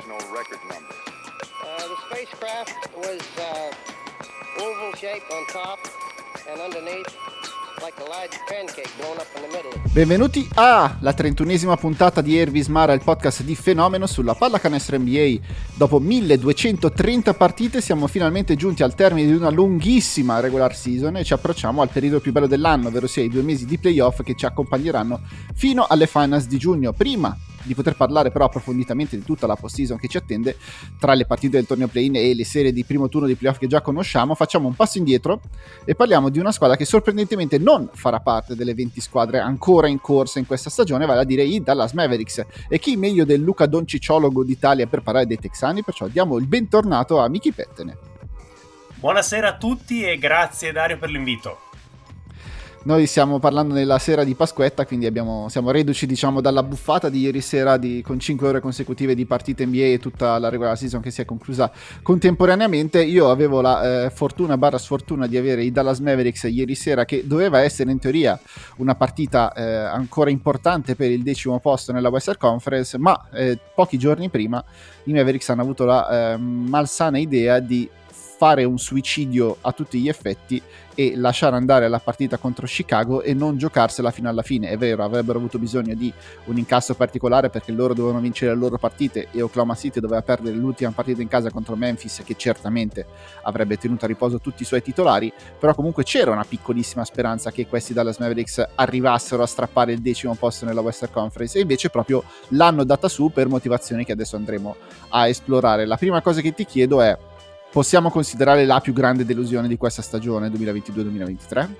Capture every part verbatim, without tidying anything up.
no record number. Uh, the spacecraft was uh, oval shaped on top and underneath like a large pancake blown up in the middle. Benvenuti alla trentunesima puntata di Ervis Mara, il podcast di Fenomeno sulla pallacanestro N B A. Dopo milleduecentotrenta partite siamo finalmente giunti al termine di una lunghissima regular season e ci approcciamo al periodo più bello dell'anno, ovvero sia i due mesi di playoff che ci accompagneranno fino alle finals di giugno. Prima di poter parlare però approfonditamente di tutta la post-season che ci attende, tra le partite del torneo play-in e le serie di primo turno di playoff che già conosciamo, facciamo un passo indietro e parliamo di una squadra che sorprendentemente non farà parte delle venti squadre ancora in corsa in questa stagione, vale a dire i Dallas Mavericks. E chi meglio del Luca Doncicciologo d'Italia per parlare dei texani, perciò diamo il bentornato a Michi Pettene. Buonasera a tutti e grazie Dario per l'invito. Noi stiamo parlando nella sera di Pasquetta, quindi abbiamo, siamo reduci diciamo dalla buffata di ieri sera di, con cinque ore consecutive di partite N B A e tutta la regular season che si è conclusa contemporaneamente. Io avevo la eh, fortuna barra sfortuna di avere i Dallas Mavericks ieri sera, che doveva essere in teoria una partita eh, ancora importante per il decimo posto nella Western Conference, ma eh, pochi giorni prima i Mavericks hanno avuto la eh, malsana idea di fare un suicidio a tutti gli effetti e lasciare andare la partita contro Chicago e non giocarsela fino alla fine. È vero, avrebbero avuto bisogno di un incasso particolare perché loro dovevano vincere le loro partite e Oklahoma City doveva perdere l'ultima partita in casa contro Memphis, che certamente avrebbe tenuto a riposo tutti i suoi titolari, però comunque c'era una piccolissima speranza che questi Dallas Mavericks arrivassero a strappare il decimo posto nella Western Conference, e invece proprio l'hanno data su per motivazioni che adesso andremo a esplorare. La prima cosa che ti chiedo è: possiamo considerare la più grande delusione di questa stagione duemilaventidue duemilaventitré?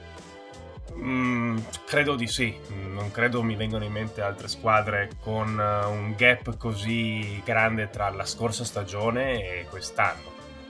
Mm, credo di sì. Non credo mi vengano in mente altre squadre con uh, un gap così grande tra la scorsa stagione e quest'anno.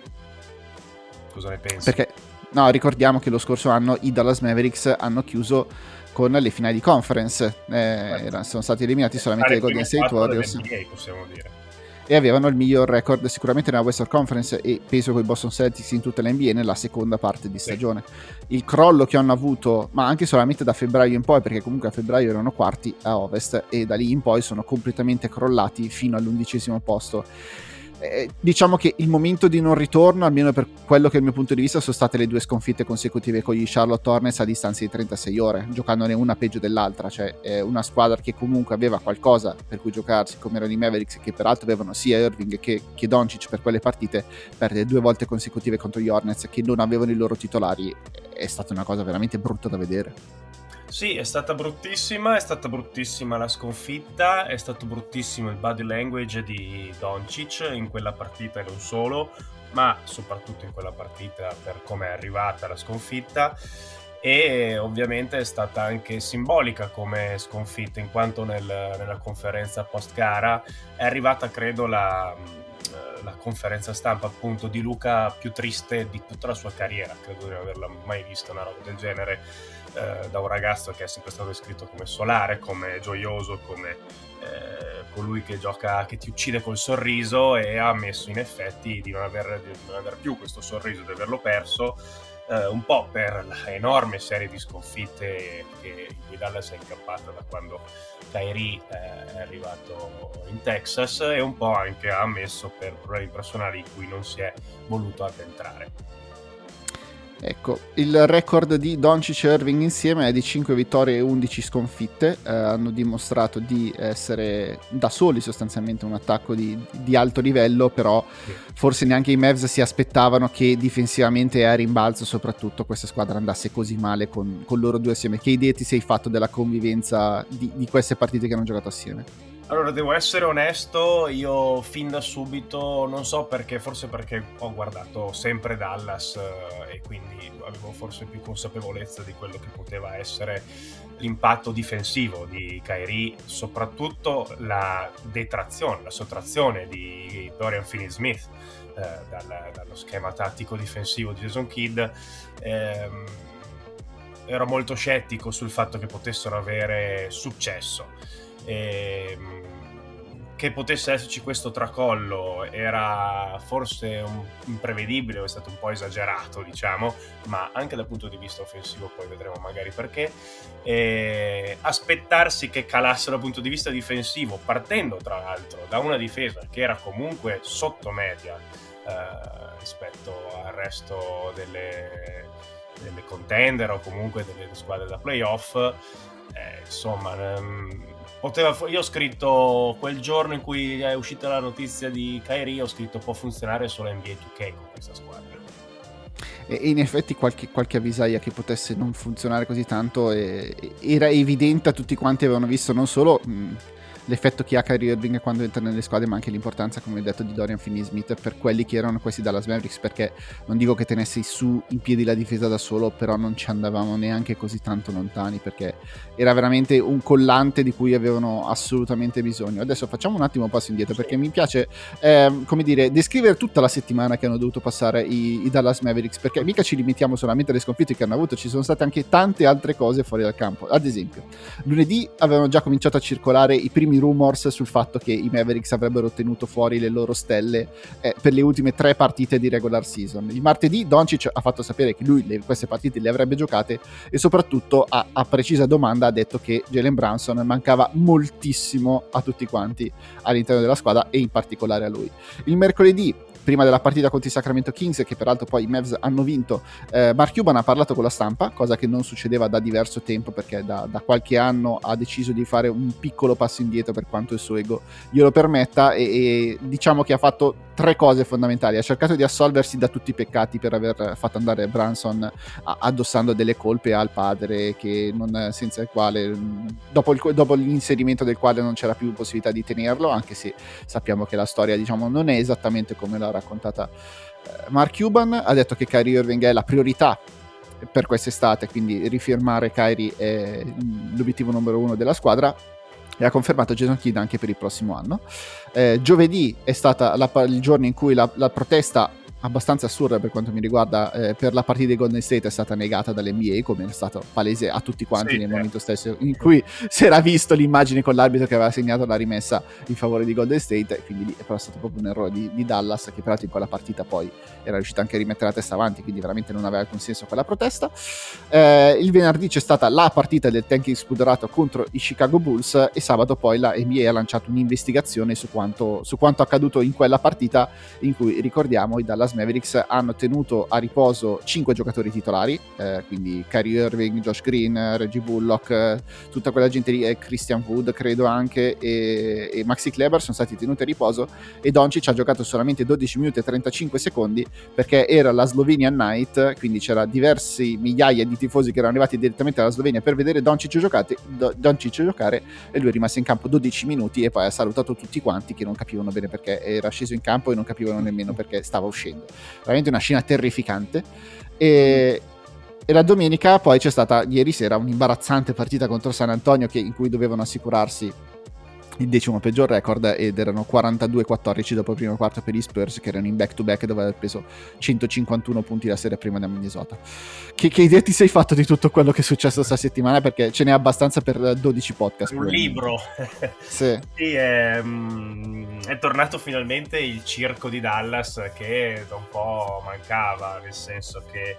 Cosa ne pensi? Perché, no, ricordiamo che lo scorso anno i Dallas Mavericks hanno chiuso con le finali di conference. Eh, eh, sono stati eliminati solamente dai Golden State Warriors. N B A, possiamo dire. E avevano il miglior record sicuramente nella Western Conference e penso con i Boston Celtics in tutta l'N B A nella seconda parte di stagione. Sì. Il crollo che hanno avuto, ma anche solamente da febbraio in poi, perché comunque a febbraio erano quarti a Ovest e da lì in poi sono completamente crollati fino all'undicesimo posto. Eh, diciamo che il momento di non ritorno, almeno per quello che è il mio punto di vista, sono state le due sconfitte consecutive con gli Charlotte Hornets a distanza di trentasei ore, giocandone una peggio dell'altra. Cioè eh, una squadra che comunque aveva qualcosa per cui giocarsi, come erano i Mavericks, che peraltro avevano sia Irving che, che Doncic per quelle partite, perde due volte consecutive contro gli Hornets che non avevano i loro titolari. È stata una cosa veramente brutta da vedere. Sì, è stata bruttissima, è stata bruttissima la sconfitta, è stato bruttissimo il body language di Doncic in quella partita e non solo, ma soprattutto in quella partita per come è arrivata la sconfitta, e ovviamente è stata anche simbolica come sconfitta, in quanto nel, nella conferenza post gara è arrivata, credo, la, la conferenza stampa appunto di Luca più triste di tutta la sua carriera. Credo di non averla mai vista una roba del genere eh, da un ragazzo che è sempre stato descritto come solare, come gioioso, come eh, colui che gioca, che ti uccide col sorriso, e ha ammesso in effetti di non aver, di non aver più questo sorriso, di averlo perso, eh, un po' per l'enorme serie di sconfitte che in cui Dallas è incappata da quando Kyrie eh, è arrivato in Texas, e un po' anche ha ammesso per problemi personali in cui non si è voluto addentrare. Ecco, il record di Doncic e Irving insieme è di cinque vittorie e undici sconfitte. Eh, hanno dimostrato di essere da soli sostanzialmente un attacco di, di alto livello, però sì. Forse neanche i Mavs si aspettavano che difensivamente e a rimbalzo soprattutto questa squadra andasse così male con, con loro due assieme. Che idea ti sei fatto della convivenza di, di queste partite che hanno giocato assieme? Allora, devo essere onesto, io fin da subito, non so perché, forse perché ho guardato sempre Dallas eh, e quindi avevo forse più consapevolezza di quello che poteva essere l'impatto difensivo di Kyrie, soprattutto la detrazione, la sottrazione di Dorian Finney-Smith eh, dal, dallo schema tattico difensivo di Jason Kidd. Ehm, ero molto scettico sul fatto che potessero avere successo. E che potesse esserci questo tracollo era forse un, imprevedibile, è stato un po' esagerato, diciamo, ma anche dal punto di vista offensivo, poi vedremo magari perché, e aspettarsi che calasse dal punto di vista difensivo, partendo tra l'altro da una difesa che era comunque sotto media eh, rispetto al resto delle, delle contender o comunque delle squadre da playoff, eh, insomma... Ehm, Poteva, io ho scritto quel giorno in cui è uscita la notizia di Kyrie, ho scritto può funzionare solo N B A due K con questa squadra. E in effetti qualche, qualche avvisaglia che potesse non funzionare così tanto eh, era evidente a tutti quanti. Avevano visto non solo mh, l'effetto che ha Kyrie Irving quando entra nelle squadre, ma anche l'importanza, come ho detto, di Dorian Finney-Smith per quelli che erano questi Dallas Mavericks, perché non dico che tenessi su in piedi la difesa da solo, però non ci andavamo neanche così tanto lontani, perché era veramente un collante di cui avevano assolutamente bisogno. Adesso facciamo un attimo un passo indietro, perché mi piace eh, come dire, descrivere tutta la settimana che hanno dovuto passare i, i Dallas Mavericks, perché mica ci limitiamo solamente alle sconfitte che hanno avuto, ci sono state anche tante altre cose fuori dal campo. Ad esempio, lunedì avevano già cominciato a circolare i primi rumors sul fatto che i Mavericks avrebbero ottenuto fuori le loro stelle eh, per le ultime tre partite di regular season. Il martedì Doncic ha fatto sapere che lui le, queste partite le avrebbe giocate, e soprattutto a, a precisa domanda ha detto che Jalen Brunson mancava moltissimo a tutti quanti all'interno della squadra e in particolare a lui. Il mercoledì, prima della partita contro i Sacramento Kings, che peraltro poi i Mavs hanno vinto, eh, Mark Cuban ha parlato con la stampa, cosa che non succedeva da diverso tempo, perché da, da qualche anno ha deciso di fare un piccolo passo indietro per quanto il suo ego glielo permetta, e, e diciamo che ha fatto tre cose fondamentali. Ha cercato di assolversi da tutti i peccati per aver fatto andare Brunson a, addossando delle colpe al padre, che non, senza il quale dopo, il, dopo l'inserimento del quale non c'era più possibilità di tenerlo, anche se sappiamo che la storia, diciamo, non è esattamente come la raccontata Mark Cuban. Ha detto che Kyrie Irving è la priorità per quest'estate, quindi rifirmare Kyrie è l'obiettivo numero uno della squadra, e ha confermato Jason Kidd anche per il prossimo anno. Eh, giovedì è stata la, il giorno in cui la, la protesta abbastanza assurda per quanto mi riguarda eh, per la partita di Golden State è stata negata dall'N B A, come è stato palese a tutti quanti sì, nel eh. momento stesso in cui si era visto l'immagine con l'arbitro che aveva segnato la rimessa in favore di Golden State, e quindi lì è però stato proprio un errore di, di Dallas, che peraltro in quella partita poi era riuscito anche a rimettere la testa avanti, quindi veramente non aveva alcun senso quella protesta. Eh, il venerdì c'è stata la partita del tanking spudorato contro i Chicago Bulls, e sabato poi la N B A ha lanciato un'investigazione su quanto, su quanto accaduto in quella partita, in cui, ricordiamo, i Dallas Mavericks hanno tenuto a riposo cinque giocatori titolari, eh, quindi Kyrie Irving, Josh Green, Reggie Bullock, eh, tutta quella gente lì, eh, Christian Wood credo anche, e, e Maxi Kleber sono stati tenuti a riposo, e Doncic ha giocato solamente dodici minuti e trentacinque secondi, perché era la Slovenian Night, quindi c'era diversi migliaia di tifosi che erano arrivati direttamente dalla Slovenia per vedere Doncic giocare, Do, Doncic giocare e lui è rimasto in campo dodici minuti e poi ha salutato tutti quanti, che non capivano bene perché era sceso in campo e non capivano nemmeno perché stava uscendo. Veramente una scena terrificante. E, e la domenica poi c'è stata ieri sera un'imbarazzante partita contro San Antonio, che, in cui dovevano assicurarsi il decimo peggior record, ed erano quarantadue quattordici dopo il primo quarto per gli Spurs, che erano in back to back, dove aveva preso centocinquantuno punti la serie prima da Minnesota. Che, che idea ti sei fatto di tutto quello che è successo sta settimana? Perché ce n'è abbastanza per dodici podcast. Un libro. Sì, sì è, è tornato finalmente il circo di Dallas, che da un po' mancava, nel senso che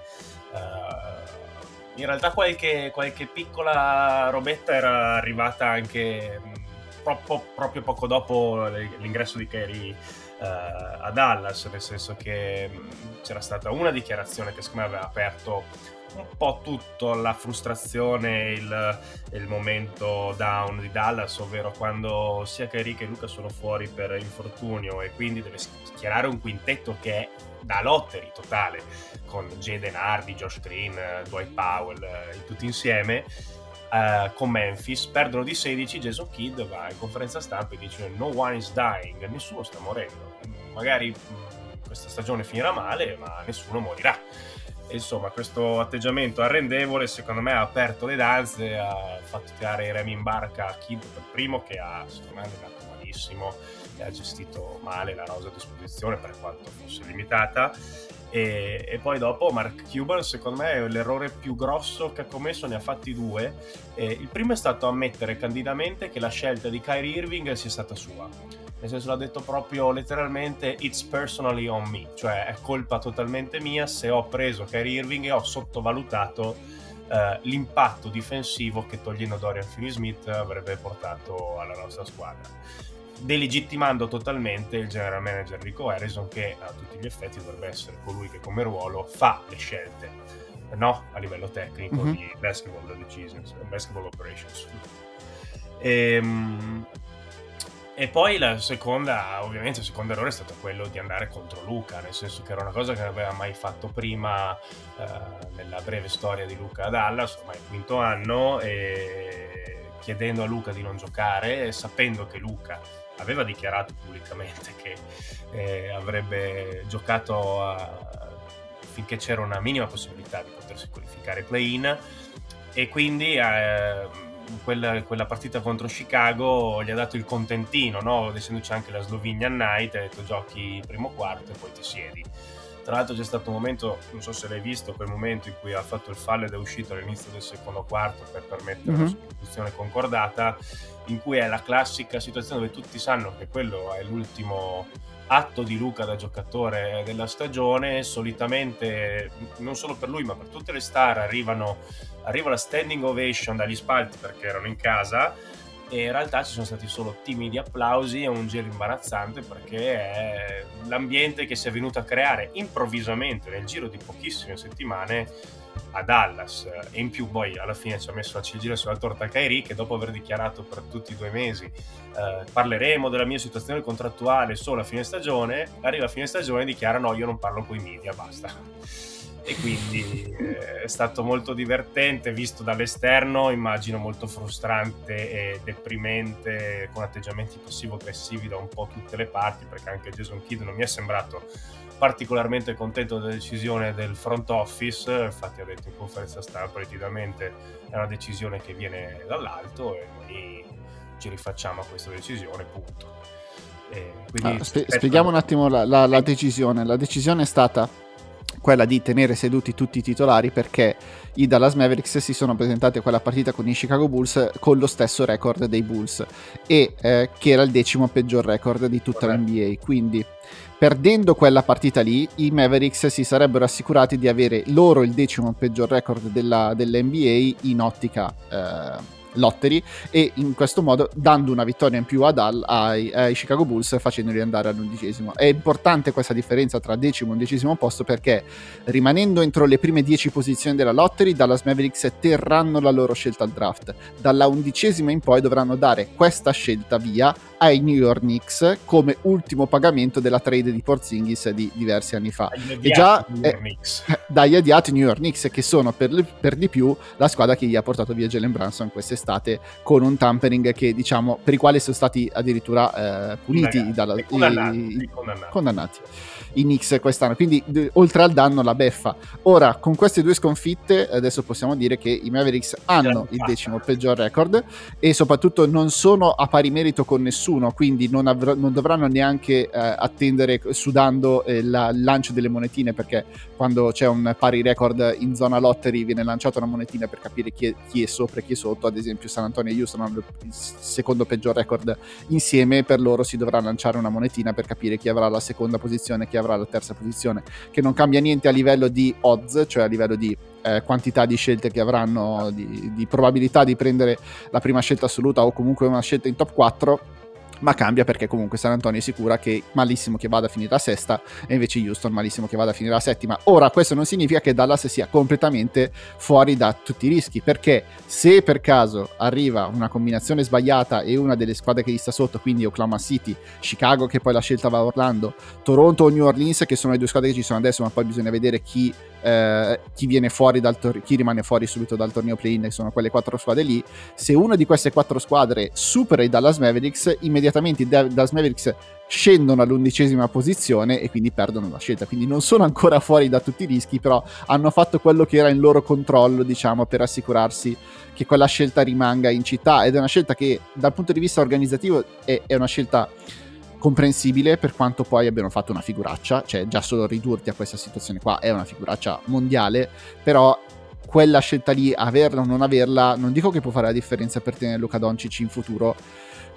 uh, in realtà qualche, qualche piccola robetta era arrivata anche Proprio, proprio poco dopo l'ingresso di Kyrie uh, a Dallas, nel senso che mh, c'era stata una dichiarazione che secondo me aveva aperto un po' tutto la frustrazione, il, il momento down di Dallas, ovvero quando sia Kyrie che Luka sono fuori per infortunio e quindi deve schierare un quintetto che è da lottery totale, con Jaden Hardy, Josh Green, Dwight Powell, eh, tutti insieme. Uh, con Memphis perdono di sedici. Jason Kidd va in conferenza stampa e dice no one is dying, nessuno sta morendo, magari mh, questa stagione finirà male ma nessuno morirà. E insomma questo atteggiamento arrendevole secondo me ha aperto le danze, ha fatto tirare i remi in barca a Kidd per primo, che ha secondo me allenato malissimo e ha gestito male la rosa a disposizione per quanto fosse limitata. E, e poi dopo Mark Cuban, secondo me è l'errore più grosso che ha commesso, ne ha fatti due. E il primo è stato ammettere candidamente che la scelta di Kyrie Irving sia stata sua, nel senso l'ha detto proprio letteralmente it's personally on me, cioè è colpa totalmente mia se ho preso Kyrie Irving e ho sottovalutato uh, l'impatto difensivo che togliendo Dorian Finney-Smith avrebbe portato alla nostra squadra, delegittimando totalmente il general manager Rico Harrison, che a tutti gli effetti dovrebbe essere colui che come ruolo fa le scelte, no? A livello tecnico mm-hmm. di basketball decisions, basketball operations. E, e poi la seconda, ovviamente il secondo errore è stato quello di andare contro Luka, nel senso che era una cosa che non aveva mai fatto prima eh, nella breve storia di Luka a Dallas, ormai il quinto anno, e chiedendo a Luka di non giocare e sapendo che Luka aveva dichiarato pubblicamente che eh, avrebbe giocato a, finché c'era una minima possibilità di potersi qualificare play-in, e quindi eh, quella, quella partita contro Chicago gli ha dato il contentino, no? Essendoci anche la Slovenian Night, ha detto giochi il primo quarto e poi ti siedi. Tra l'altro c'è stato un momento, non so se l'hai visto, quel momento in cui ha fatto il fallo ed è uscito all'inizio del secondo quarto per permettere mm-hmm. una sostituzione concordata, in cui è la classica situazione dove tutti sanno che quello è l'ultimo atto di Luka da giocatore della stagione. Solitamente, non solo per lui ma per tutte le star, arrivano arriva la standing ovation dagli spalti perché erano in casa, e in realtà ci sono stati solo timidi applausi e un giro imbarazzante, perché è l'ambiente che si è venuto a creare improvvisamente nel giro di pochissime settimane a Dallas. E in più poi alla fine ci ha messo la ciliegina sulla torta Kyrie, che dopo aver dichiarato per tutti i due mesi eh, parleremo della mia situazione contrattuale solo a fine stagione, arriva a fine stagione e dichiara no, io non parlo coi media, basta. E quindi eh, è stato molto divertente visto dall'esterno, immagino molto frustrante e deprimente, con atteggiamenti passivo-aggressivi da un po' tutte le parti, perché anche Jason Kidd non mi è sembrato particolarmente contento della decisione del front office. Infatti ha detto in conferenza stampa nitidamente è una decisione che viene dall'alto e noi ci rifacciamo a questa decisione, punto. E quindi ah, spe- spieghiamo un attimo la, la, la decisione. La decisione è stata quella di tenere seduti tutti i titolari, perché i Dallas Mavericks si sono presentati a quella partita con i Chicago Bulls con lo stesso record dei Bulls, e eh, che era il decimo peggior record di tutta l'N B A. Quindi perdendo quella partita lì, i Mavericks si sarebbero assicurati di avere loro il decimo peggior record della, dell'N B A in ottica eh, lottery, e in questo modo dando una vittoria in più ad Al, ai, ai Chicago Bulls, facendoli andare all'undicesimo. È importante questa differenza tra decimo e undicesimo posto, perché rimanendo entro le prime dieci posizioni della lottery, Dallas Mavericks terranno la loro scelta al draft. Dalla undicesima in poi dovranno dare questa scelta via ai New York Knicks come ultimo pagamento della trade di Porzingis di diversi anni fa. E già eh, dagli adiati New York Knicks, che sono per, per di più la squadra che gli ha portato via Jalen Brunson quest'estate, con un tampering che, diciamo, per i quali sono stati addirittura eh, puniti Ragazzi, dalla, condannati, i, i, condannati. condannati i Knicks quest'anno. Quindi d- oltre al danno la beffa. Ora con queste due sconfitte adesso possiamo dire che i Mavericks hanno il decimo peggior record, e soprattutto non sono a pari merito con nessuno, quindi non, avr- non dovranno neanche eh, attendere sudando eh, la, il lancio delle monetine, perché quando c'è un pari record in zona lottery viene lanciata una monetina per capire chi è, chi è sopra e chi è sotto. Ad esempio San Antonio e Houston hanno il secondo peggior record insieme, per loro si dovrà lanciare una monetina per capire chi avrà la seconda posizione e chi avrà la terza posizione, che non cambia niente a livello di odds, cioè a livello di eh, quantità di scelte che avranno, di, di probabilità di prendere la prima scelta assoluta o comunque una scelta in top quattro, ma cambia perché comunque San Antonio è sicura che malissimo che vada a finire la sesta, e invece Houston malissimo che vada a finire la settima. Ora questo non significa che Dallas sia completamente fuori da tutti i rischi, perché se per caso arriva una combinazione sbagliata e una delle squadre che gli sta sotto, quindi Oklahoma City, Chicago che poi la scelta va a Orlando, Toronto o New Orleans, che sono le due squadre che ci sono adesso, ma poi bisogna vedere chi Eh, chi viene fuori dal tor- chi rimane fuori subito dal torneo play-in, che sono quelle quattro squadre lì. Se una di queste quattro squadre supera i Dallas Mavericks, immediatamente i Dallas Mavericks scendono all'undicesima posizione e quindi perdono la scelta. Quindi non sono ancora fuori da tutti i rischi, però hanno fatto quello che era in loro controllo, diciamo, per assicurarsi che quella scelta rimanga in città, ed è una scelta che dal punto di vista organizzativo è, è una scelta comprensibile, per quanto poi abbiano fatto una figuraccia, cioè già solo ridurti a questa situazione qua è una figuraccia mondiale, però quella scelta lì, averla o non averla, non dico che può fare la differenza per tenere Luka Doncic in futuro,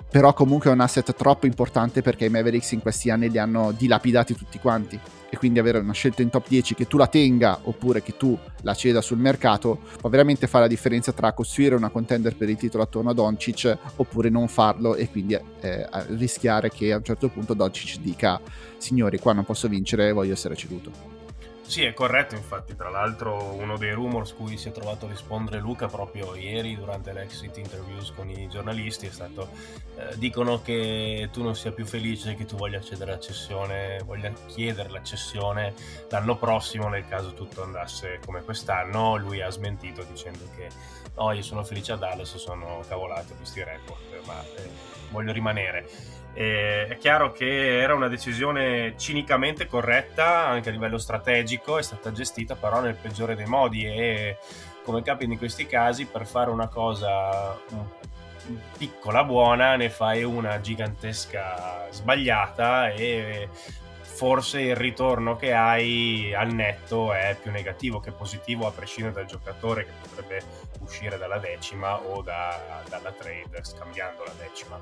però comunque è un asset troppo importante perché i Mavericks in questi anni li hanno dilapidati tutti quanti, e quindi avere una scelta in top dieci che tu la tenga oppure che tu la ceda sul mercato può veramente fare la differenza tra costruire una contender per il titolo attorno a Doncic oppure non farlo, e quindi eh, rischiare che a un certo punto Doncic dica: signori, qua non posso vincere, voglio essere ceduto. Sì, è corretto, infatti, tra l'altro uno dei rumors cui si è trovato a rispondere Luca proprio ieri durante l'exit interviews con i giornalisti è stato eh, dicono che tu non sia più felice, che tu voglia cedere la cessione, voglia chiedere la cessione l'anno prossimo nel caso tutto andasse come quest'anno. Lui ha smentito dicendo che no, io sono felice a Dallas, sono cavolato, ho visto i report, ma eh, voglio rimanere. E è chiaro che era una decisione cinicamente corretta anche a livello strategico, è stata gestita però nel peggiore dei modi, e come capita in questi casi, per fare una cosa piccola buona ne fai una gigantesca sbagliata, e forse il ritorno che hai al netto è più negativo che positivo, a prescindere dal giocatore che potrebbe uscire dalla decima o da, dalla trade scambiando la decima.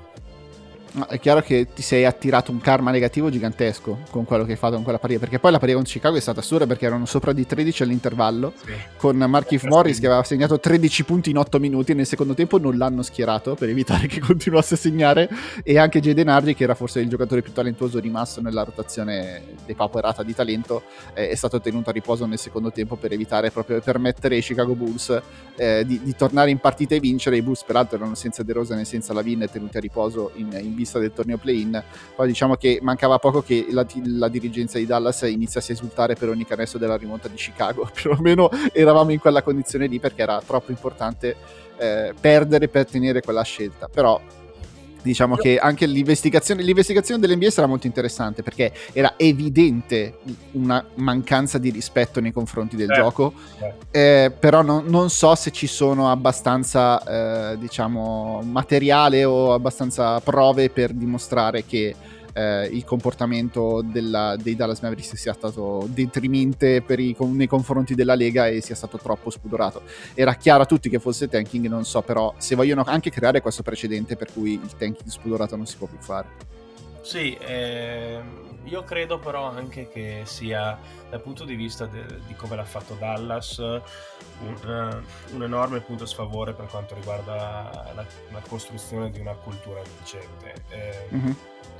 È chiaro che ti sei attirato un karma negativo gigantesco con quello che hai fatto con quella partita, perché poi la partita con Chicago è stata assurda perché erano sopra di tredici all'intervallo, sì, con Markieff Morris che aveva segnato tredici punti in otto minuti, e nel secondo tempo non l'hanno schierato per evitare che continuasse a segnare, e anche Jaden Hardy, che era forse il giocatore più talentuoso rimasto nella rotazione depauperata di talento, eh, è stato tenuto a riposo nel secondo tempo per evitare, proprio per permettere ai Chicago Bulls eh, di, di tornare in partita e vincere. I Bulls peraltro erano senza DeRozan e senza Lavin, tenuti a riposo in, in vista del torneo play-in. Poi diciamo che mancava poco che la, la dirigenza di Dallas iniziasse a esultare per ogni canestro della rimonta di Chicago. Perlomeno eravamo in quella condizione lì, perché era troppo importante eh, perdere per tenere quella scelta. Però diciamo Io... che anche l'investigazione, l'investigazione dell'N B A sarà molto interessante, perché era evidente una mancanza di rispetto nei confronti del eh, gioco eh. Eh, però non, non so se ci sono abbastanza eh, diciamo materiale o abbastanza prove per dimostrare che eh, il comportamento della, dei Dallas Mavericks sia stato detrimente per i, nei confronti della Lega e sia stato troppo spudorato. Era chiaro a tutti che fosse tanking, non so però se vogliono anche creare questo precedente per cui il tanking spudorato non si può più fare. Sì, eh, io credo però anche che sia, dal punto di vista de, di come l'ha fatto Dallas, un, uh, un enorme punto a sfavore per quanto riguarda la, la costruzione di una cultura vincente. Eh, mm-hmm.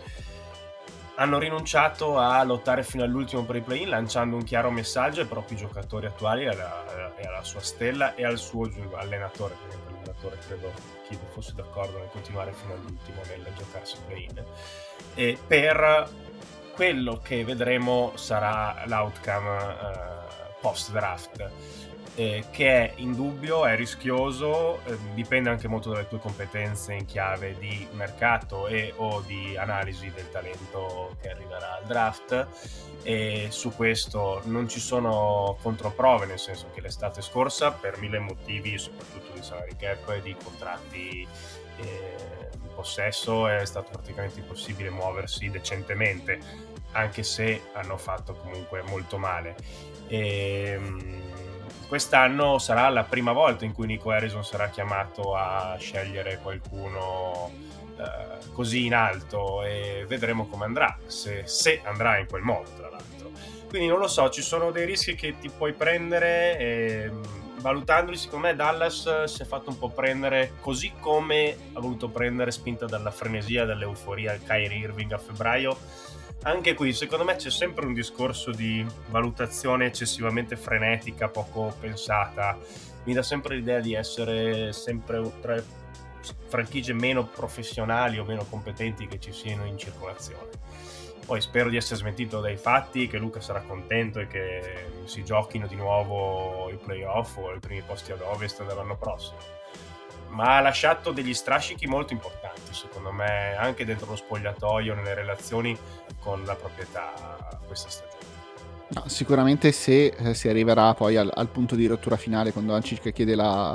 Hanno rinunciato a lottare fino all'ultimo per i play-in, lanciando un chiaro messaggio ai propri giocatori attuali, alla, alla sua stella e al suo allenatore, perché l'allenatore credo chi fosse d'accordo nel continuare fino all'ultimo nel giocarsi play-in, e per quello che vedremo sarà l'outcome uh, post-draft, eh, che è indubbio, è rischioso, eh, dipende anche molto dalle tue competenze in chiave di mercato e o di analisi del talento che arriverà al draft, e su questo non ci sono controprove, nel senso che l'estate scorsa per mille motivi, soprattutto di salary cap e di contratti eh, in possesso, è stato praticamente impossibile muoversi decentemente, anche se hanno fatto comunque molto male. E quest'anno sarà la prima volta in cui Nico Harrison sarà chiamato a scegliere qualcuno eh, così in alto, e vedremo come andrà, se, se andrà in quel modo, tra l'altro. Quindi non lo so, ci sono dei rischi che ti puoi prendere, e valutandoli secondo me Dallas si è fatto un po' prendere, così come ha voluto prendere, spinta dalla frenesia, dall'euforia, il Kyrie Irving a febbraio. Anche qui secondo me c'è sempre un discorso di valutazione eccessivamente frenetica, poco pensata. Mi dà sempre l'idea di essere sempre tra franchigie meno professionali o meno competenti che ci siano in circolazione. Poi spero di essere smentito dai fatti, che Luca sarà contento e che si giochino di nuovo i playoff o i primi posti ad ovest dell'anno prossimo. Ma ha lasciato degli strascichi molto importanti, secondo me, anche dentro lo spogliatoio, nelle relazioni con la proprietà questa stagione. No, sicuramente se eh, si arriverà poi al, al punto di rottura finale, quando Doncic chiede la,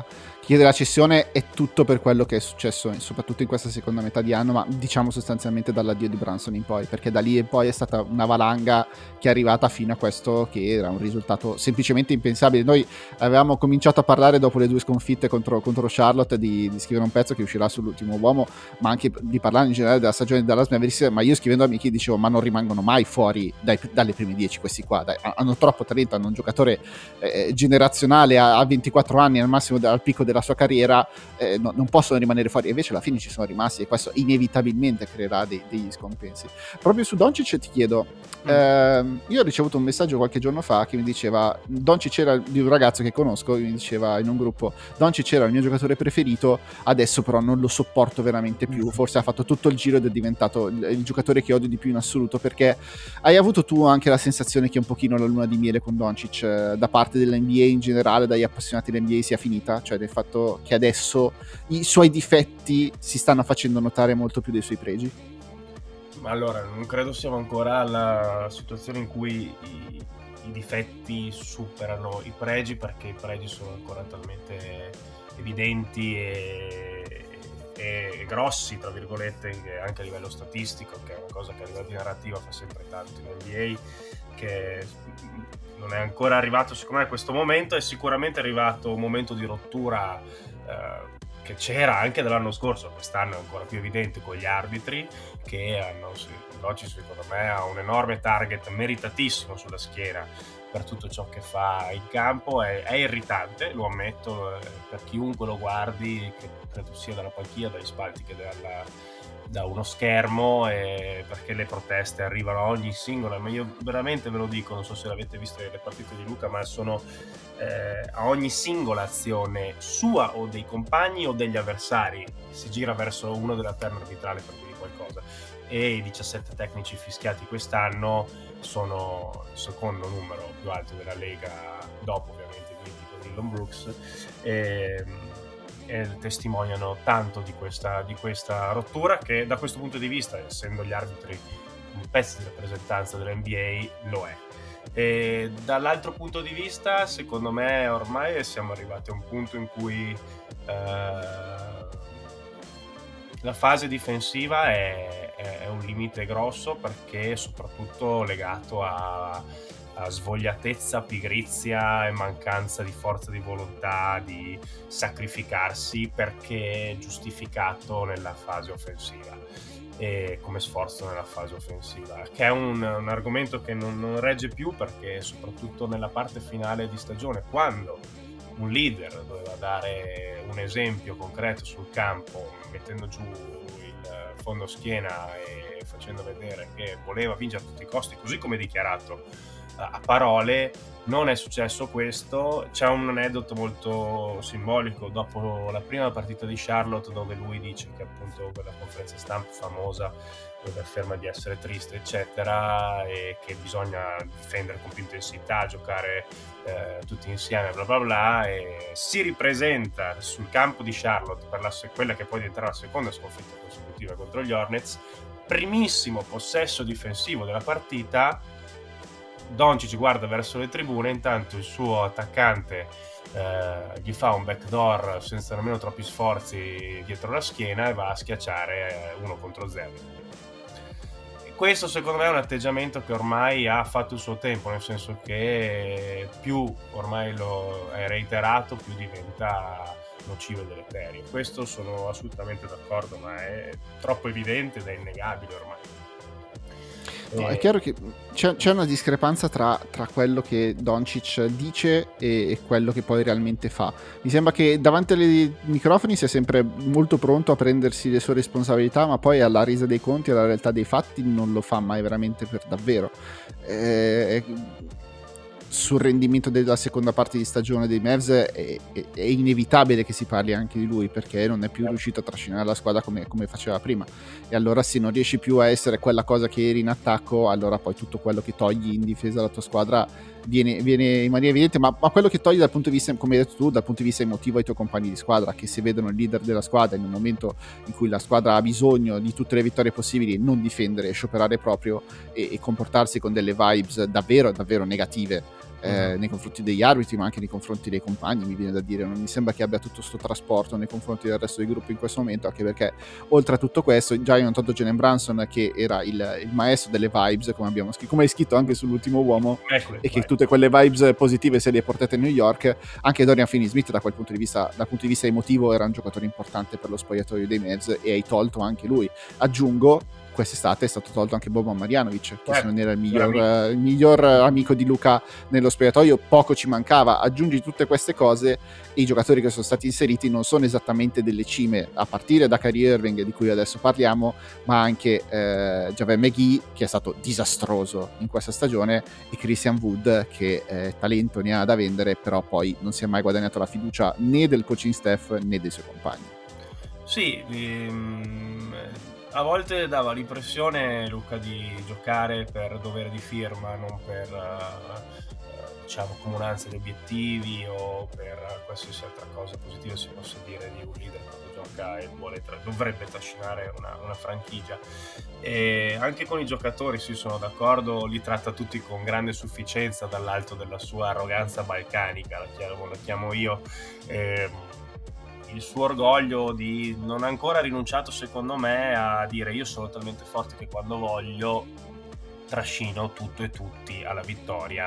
chiede la cessione è tutto per quello che è successo, soprattutto in questa seconda metà di anno, ma diciamo sostanzialmente dall'addio di Brunson in poi, perché da lì in poi è stata una valanga che è arrivata fino a questo, che era un risultato semplicemente impensabile. Noi avevamo cominciato a parlare dopo le due sconfitte contro, contro Charlotte di, di scrivere un pezzo che uscirà sull'ultimo uomo, ma anche di parlare in generale della stagione di Dallas Mavericks, ma io scrivendo a Michi dicevo ma non rimangono mai fuori dai, dalle prime dieci questi qua, dai, hanno troppo talento, hanno un giocatore eh, generazionale a, a ventiquattro anni al massimo al picco della sua carriera, eh, no, non possono rimanere fuori, invece alla fine ci sono rimasti e questo inevitabilmente creerà dei, degli scompensi. Proprio su Doncic ti chiedo, mm. ehm, io ho ricevuto un messaggio qualche giorno fa che mi diceva, Doncic era di un ragazzo che conosco, mi diceva in un gruppo, Doncic era il mio giocatore preferito, adesso però non lo sopporto veramente più, mm. forse ha fatto tutto il giro ed è diventato il, il giocatore che odio di più in assoluto. Perché hai avuto tu anche la sensazione che un pochino la luna di miele con Doncic eh, da parte dell'N B A in generale, dagli appassionati dell'N B A sia finita, cioè del fatto che adesso i suoi difetti si stanno facendo notare molto più dei suoi pregi? Allora, non credo siamo ancora alla situazione in cui i, i difetti superano i pregi, perché i pregi sono ancora talmente evidenti e, e, e grossi, tra virgolette, anche a livello statistico, che è una cosa che a livello di narrativa fa sempre tanto in N B A, che non è ancora arrivato secondo me a questo momento. È sicuramente arrivato un momento di rottura eh, che c'era anche dall'anno scorso, quest'anno è ancora più evidente con gli arbitri che hanno, oggi secondo me ha un enorme target meritatissimo sulla schiena per tutto ciò che fa in campo. È, è irritante, lo ammetto, eh, per chiunque lo guardi, che credo sia dalla panchina, dagli spalti che dalla, da uno schermo, eh, perché le proteste arrivano a ogni singola, ma io veramente ve lo dico, non so se l'avete visto le partite di Luca, ma sono eh, a ogni singola azione sua o dei compagni o degli avversari si gira verso uno della terna arbitrale per dire qualcosa, e i diciassette tecnici fischiati quest'anno sono il secondo numero più alto della Lega, dopo ovviamente il mitico Dillon Brooks, e, e testimoniano tanto di questa, di questa rottura, che da questo punto di vista, essendo gli arbitri un pezzo di rappresentanza dell'N B A, lo è. E dall'altro punto di vista, secondo me ormai siamo arrivati a un punto in cui eh, la fase difensiva è, è un limite grosso, perché è soprattutto legato a, a svogliatezza, pigrizia e mancanza di forza di volontà di sacrificarsi, perché è giustificato nella fase offensiva e come sforzo nella fase offensiva, che è un, un argomento che non, non regge più, perché soprattutto nella parte finale di stagione, quando un leader doveva dare un esempio concreto sul campo, mettendo giù il fondo schiena e facendo vedere che voleva vincere a tutti i costi, così come dichiarato a parole, non è successo questo. C'è un aneddoto molto simbolico dopo la prima partita di Charlotte, dove lui dice che appunto quella conferenza stampa famosa dove afferma di essere triste eccetera, e che bisogna difendere con più intensità, giocare eh, tutti insieme bla bla bla, e si ripresenta sul campo di Charlotte per la, quella che poi diventerà la seconda sconfitta consecutiva contro gli Hornets, primissimo possesso difensivo della partita. Doncic guarda verso le tribune, intanto il suo attaccante eh, gli fa un backdoor senza nemmeno troppi sforzi dietro la schiena e va a schiacciare uno contro zero. E questo secondo me è un atteggiamento che ormai ha fatto il suo tempo, nel senso che più ormai lo è reiterato, più diventa nocivo e deleterio. Questo sono assolutamente d'accordo, ma è troppo evidente ed è innegabile ormai. No, è chiaro che c'è, c'è una discrepanza tra, tra quello che Doncic dice e, e quello che poi realmente fa. Mi sembra che davanti ai microfoni sia sempre molto pronto a prendersi le sue responsabilità, ma poi alla resa dei conti, alla realtà dei fatti, non lo fa mai veramente per davvero. Eh, sul rendimento della seconda parte di stagione dei Mavs è, è, è inevitabile che si parli anche di lui, perché non è più riuscito a trascinare la squadra come, come faceva prima, e allora se non riesci più a essere quella cosa che eri in attacco, allora poi tutto quello che togli in difesa dalla tua squadra viene, viene in maniera evidente, ma, ma quello che togli dal punto di vista, come hai detto tu, dal punto di vista emotivo ai tuoi compagni di squadra, che se vedono il leader della squadra in un momento in cui la squadra ha bisogno di tutte le vittorie possibili, non difendere, scioperare proprio e, e comportarsi con delle vibes davvero davvero negative eh, uh-huh. nei confronti degli arbitri, ma anche nei confronti dei compagni, mi viene da dire. Non mi sembra che abbia tutto sto trasporto nei confronti del resto del gruppo in questo momento, anche perché oltre a tutto questo già hanno tolto Jalen Brunson, che era il, il maestro delle vibes, come abbiamo scritto, come hai scritto anche sull'ultimo uomo, Eccole, e che vai. Tutte quelle vibes positive se le portate a New York. Anche Dorian Finney-Smith da quel punto di vista, dal punto di vista emotivo, era un giocatore importante per lo spogliatoio dei Mavs, e hai tolto anche lui. Aggiungo, quest'estate è stato tolto anche Boban Marjanovic, che eh, se non era il miglior, uh, il miglior amico di Luka nello spogliatoio, poco ci mancava. Aggiungi tutte queste cose e i giocatori che sono stati inseriti non sono esattamente delle cime, a partire da Kyrie Irving, di cui adesso parliamo, ma anche eh, Javel McGee, che è stato disastroso in questa stagione, e Christian Wood, che eh, talento ne ha da vendere, però poi non si è mai guadagnato la fiducia né del coaching staff né dei suoi compagni. Sì, ehm... a volte dava l'impressione, Luca, di giocare per dovere di firma, non per uh, diciamo comunanza di obiettivi o per qualsiasi altra cosa positiva si possa dire di un leader quando gioca e vuole tra- dovrebbe trascinare una, una franchigia. E anche con i giocatori, sì, sono d'accordo, li tratta tutti con grande sufficienza dall'alto della sua arroganza balcanica, la chiamo, la chiamo io. E, il suo orgoglio di non ha ancora rinunciato, secondo me, a dire io sono talmente forte che quando voglio trascino tutto e tutti alla vittoria.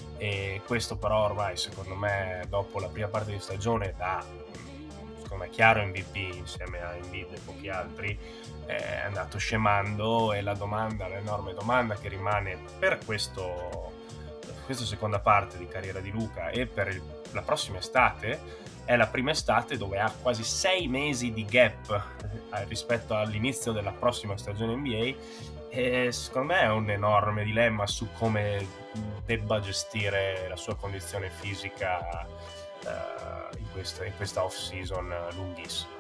E questo però ormai, secondo me, dopo la prima parte di stagione, da secondo me chiaro M V P insieme a Embiid e pochi altri, è andato scemando. E la domanda, l'enorme domanda che rimane per questo per questa seconda parte di carriera di Luka e per il, la prossima estate, è la prima estate dove ha quasi sei mesi di gap rispetto all'inizio della prossima stagione N B A, e secondo me è un enorme dilemma su come debba gestire la sua condizione fisica uh, in questa, in questa off-season lunghissima.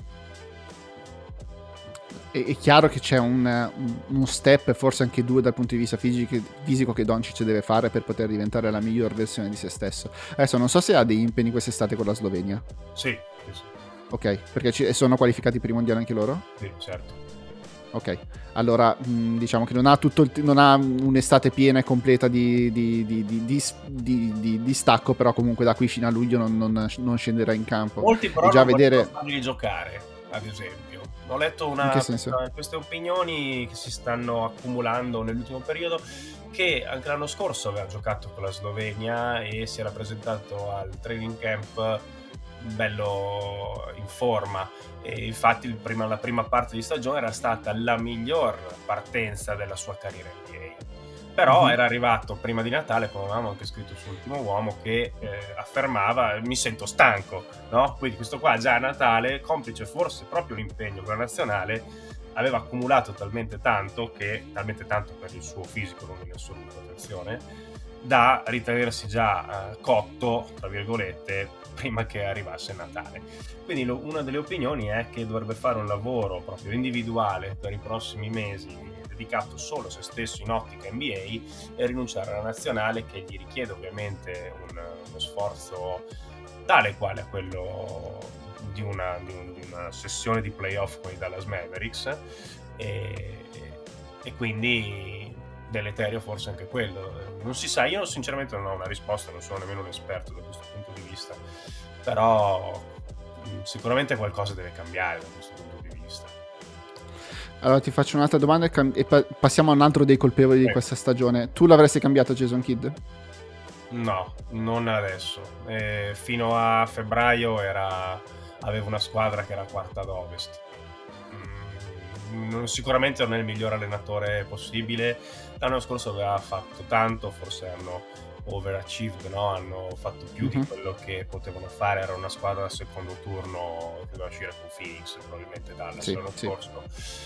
È chiaro che c'è un, uno step, forse anche due, dal punto di vista fisico, fisico che Doncic deve fare per poter diventare la miglior versione di se stesso. Adesso non so se ha degli impegni quest'estate con la Slovenia. Sì, sì, sì. Ok, perché ci, sono qualificati per i mondiali anche loro? Sì, certo. Ok, allora mh, diciamo che non ha, tutto il, non ha un'estate piena e completa di, di, di, di, di, di, di, di stacco, però comunque da qui fino a luglio non, non, non scenderà in campo. Molti però già non vedere... farli giocare, ad esempio. Ho letto una, queste opinioni che si stanno accumulando nell'ultimo periodo, che anche l'anno scorso aveva giocato con la Slovenia e si era presentato al training camp bello in forma, e infatti il prima, la prima parte di stagione era stata la miglior partenza della sua carriera N B A. Però mm-hmm. era arrivato prima di Natale, come avevamo anche scritto sull'ultimo uomo, che eh, affermava mi sento stanco, no? Quindi questo qua già a Natale, complice forse proprio l'impegno con la nazionale, aveva accumulato talmente tanto, che talmente tanto per il suo fisico, non in assoluto, attenzione, da ritenersi già eh, cotto, tra virgolette, prima che arrivasse Natale. Quindi lo, una delle opinioni è che dovrebbe fare un lavoro proprio individuale per i prossimi mesi, dedicato solo a se stesso in ottica N B A, e rinunciare alla nazionale, che gli richiede ovviamente un, uno sforzo tale quale a quello di una, di, un, di una sessione di playoff con i Dallas Mavericks, e, e quindi deleterio forse anche quello. Non si sa, io sinceramente non ho una risposta, non sono nemmeno un esperto da questo punto di vista, però sicuramente qualcosa deve cambiare da questo punto di vista. Allora ti faccio un'altra domanda e, cam- e pa- passiamo a un altro dei colpevoli eh. di questa stagione. Tu l'avresti cambiato Jason Kidd? No, non adesso. Eh, fino a febbraio era, aveva una squadra che era quarta ad Ovest. Mm, non, sicuramente non è il miglior allenatore possibile. L'anno scorso aveva fatto tanto, forse hanno overachieved, no? Hanno fatto più mm-hmm. di quello che potevano fare. Era una squadra al secondo turno che doveva uscire con Phoenix, probabilmente Dallas sì, l'anno sì. scorso.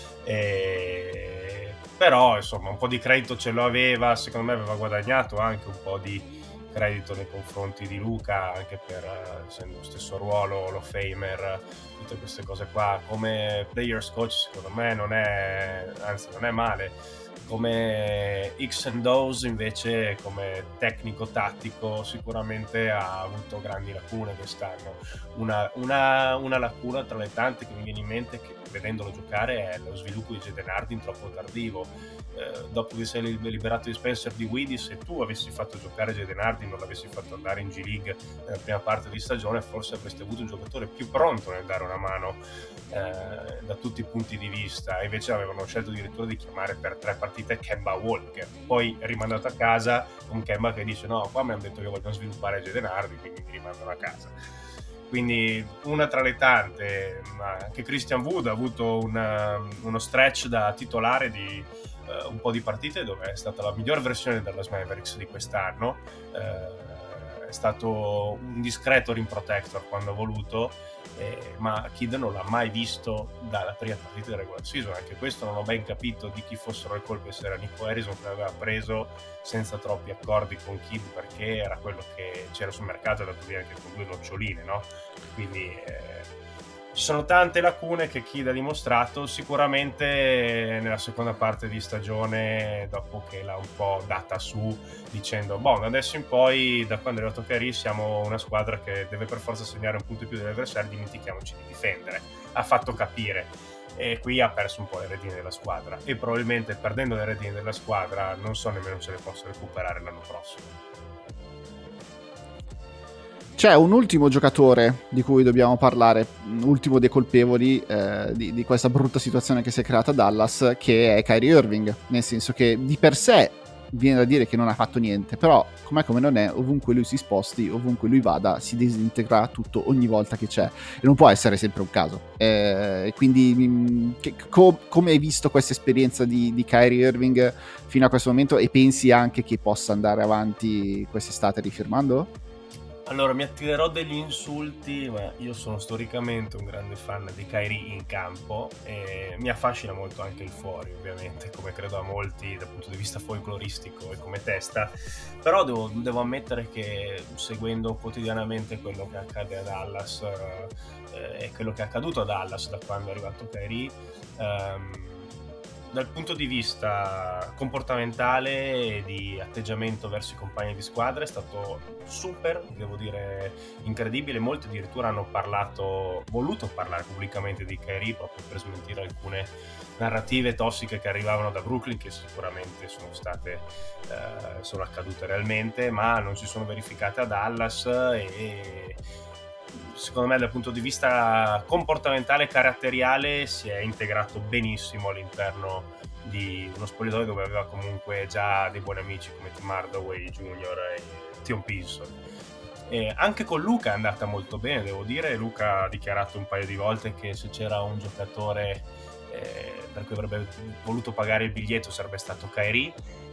E... però insomma un po' di credito ce lo aveva, secondo me aveva guadagnato anche un po' di credito nei confronti di Luka, anche per essendo lo stesso ruolo, Hall of Famer, tutte queste cose qua. Come players coach secondo me non è, anzi non è male. Come X and O's invece, come tecnico tattico, sicuramente ha avuto grandi lacune quest'anno. Una, una, una lacuna tra le tante che mi viene in mente, che vedendolo giocare, è lo sviluppo di Jaden Harden troppo tardivo. Eh, dopo che sei liberato di Spencer Dinwiddie, se tu avessi fatto giocare Jaden Harden, non l'avessi fatto andare in G League nella prima parte di stagione, forse avresti avuto un giocatore più pronto nel dare una mano eh, da tutti i punti di vista. Invece avevano scelto addirittura di chiamare per tre partite Kemba Walker, poi rimandato a casa con Kemba che dice no, qua mi hanno detto che vogliono sviluppare Jaden Harden, quindi mi rimandano a casa. Quindi una tra le tante. Ma anche Christian Wood ha avuto una, uno stretch da titolare di uh, un po' di partite dove è stata la miglior versione della Mavericks di quest'anno. Uh, è stato un discreto rim protector quando ha voluto, eh, ma Kidd non l'ha mai visto dalla prima partita della regular season. Anche questo non ho ben capito di chi fossero le colpe, se era Nico Harrison che l'aveva preso senza troppi accordi con Kidd, perché era quello che c'era sul mercato, dato via anche con due noccioline, no? Quindi eh, ci sono tante lacune che Kidd ha dimostrato. Sicuramente nella seconda parte di stagione, dopo che l'ha un po' data su dicendo boh, da adesso in poi, da quando è arrivato Kyrie, siamo una squadra che deve per forza segnare un punto in più degli avversari, dimentichiamoci di difendere. Ha fatto capire, e qui ha perso un po' le redini della squadra, e probabilmente perdendo le redini della squadra non so nemmeno se le posso recuperare l'anno prossimo. C'è un ultimo giocatore di cui dobbiamo parlare, un ultimo dei colpevoli eh, di, di questa brutta situazione che si è creata a Dallas, che è Kyrie Irving, nel senso che di per sé viene da dire che non ha fatto niente, però com'è come non è, ovunque lui si sposti, ovunque lui vada, si disintegra tutto ogni volta che c'è, e non può essere sempre un caso. Eh, quindi mh, che, co- come hai visto questa esperienza di, di Kyrie Irving fino a questo momento, e pensi anche che possa andare avanti quest'estate rifirmando? Allora, mi attirerò degli insulti, ma io sono storicamente un grande fan di Kyrie in campo e mi affascina molto anche il fuori, ovviamente, come credo a molti dal punto di vista folcloristico e come testa. Però devo, devo ammettere che, seguendo quotidianamente quello che accade a Dallas eh, e quello che è accaduto a Dallas da quando è arrivato Kyrie, ehm, dal punto di vista comportamentale e di atteggiamento verso i compagni di squadra è stato super, devo dire incredibile. Molti addirittura hanno parlato, voluto parlare pubblicamente di Kyrie proprio per smentire alcune narrative tossiche che arrivavano da Brooklyn, che sicuramente sono state eh, sono accadute realmente, ma non si sono verificate a Dallas. E secondo me dal punto di vista comportamentale e caratteriale si è integrato benissimo all'interno di uno spogliatoio dove aveva comunque già dei buoni amici come Tim Hardaway Junior e Tion Pinson. E anche con Luka è andata molto bene, devo dire. Luka ha dichiarato un paio di volte che se c'era un giocatore eh, per cui avrebbe voluto pagare il biglietto sarebbe stato Kyrie,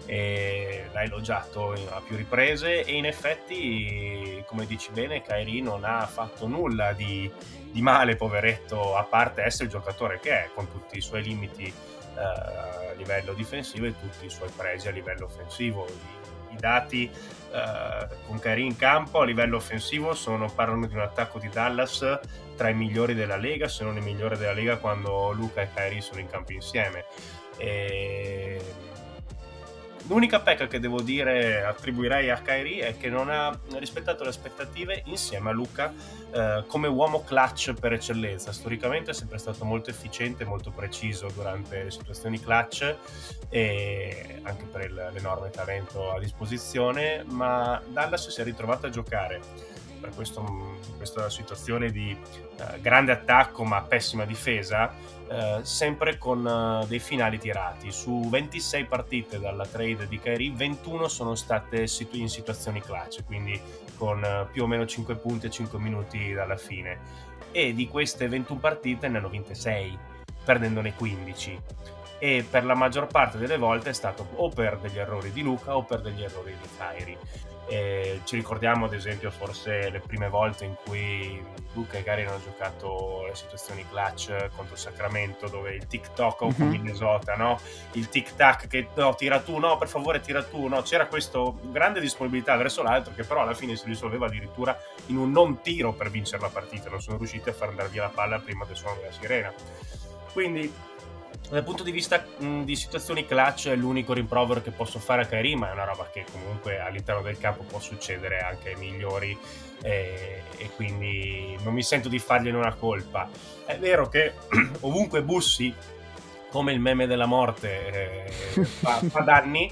e l'ha elogiato a più riprese, e in effetti, come dici bene, Kyrie non ha fatto nulla di, di male, poveretto, a parte essere il giocatore che è, con tutti i suoi limiti eh, a livello difensivo e tutti i suoi pregi a livello offensivo. I, i dati eh, con Kyrie in campo a livello offensivo sono, parlano di un attacco di Dallas tra i migliori della Lega, se non il migliore della Lega quando Luka e Kyrie sono in campo insieme. E l'unica pecca che devo dire attribuirei a Kyrie è che non ha rispettato le aspettative insieme a Luka eh, come uomo clutch per eccellenza. Storicamente è sempre stato molto efficiente, molto preciso durante le situazioni clutch, e anche per il, l'enorme talento a disposizione, ma Dallas si è ritrovato a giocare per questo, questa situazione di uh, grande attacco ma pessima difesa, uh, sempre con uh, dei finali tirati. Su ventisei partite dalla trade di Kyrie, ventuno sono state situ- in situazioni clutch, quindi con uh, più o meno cinque punti e cinque minuti dalla fine, e di queste ventuno partite ne hanno vinte sei, perdendone quindici, e per la maggior parte delle volte è stato o per degli errori di Luka o per degli errori di Kyrie. E ci ricordiamo ad esempio forse le prime volte in cui Luka e Kyrie hanno giocato le situazioni clutch contro Sacramento, dove il tic-toc o con Minnesota, no? Il tic-tac che no, tira tu, no, per favore tira tu, no? C'era questa grande disponibilità verso l'altro che però alla fine si risolveva addirittura in un non tiro per vincere la partita. Non sono riusciti a far andare via la palla prima del suono della sirena. Quindi dal punto di vista mh, di situazioni clutch è l'unico rimprovero che posso fare a Kyrie, ma è una roba che comunque all'interno del campo può succedere anche ai migliori, e, e quindi non mi sento di fargliene una colpa. È vero che ovunque bussi, come il meme della morte, eh, fa, fa danni,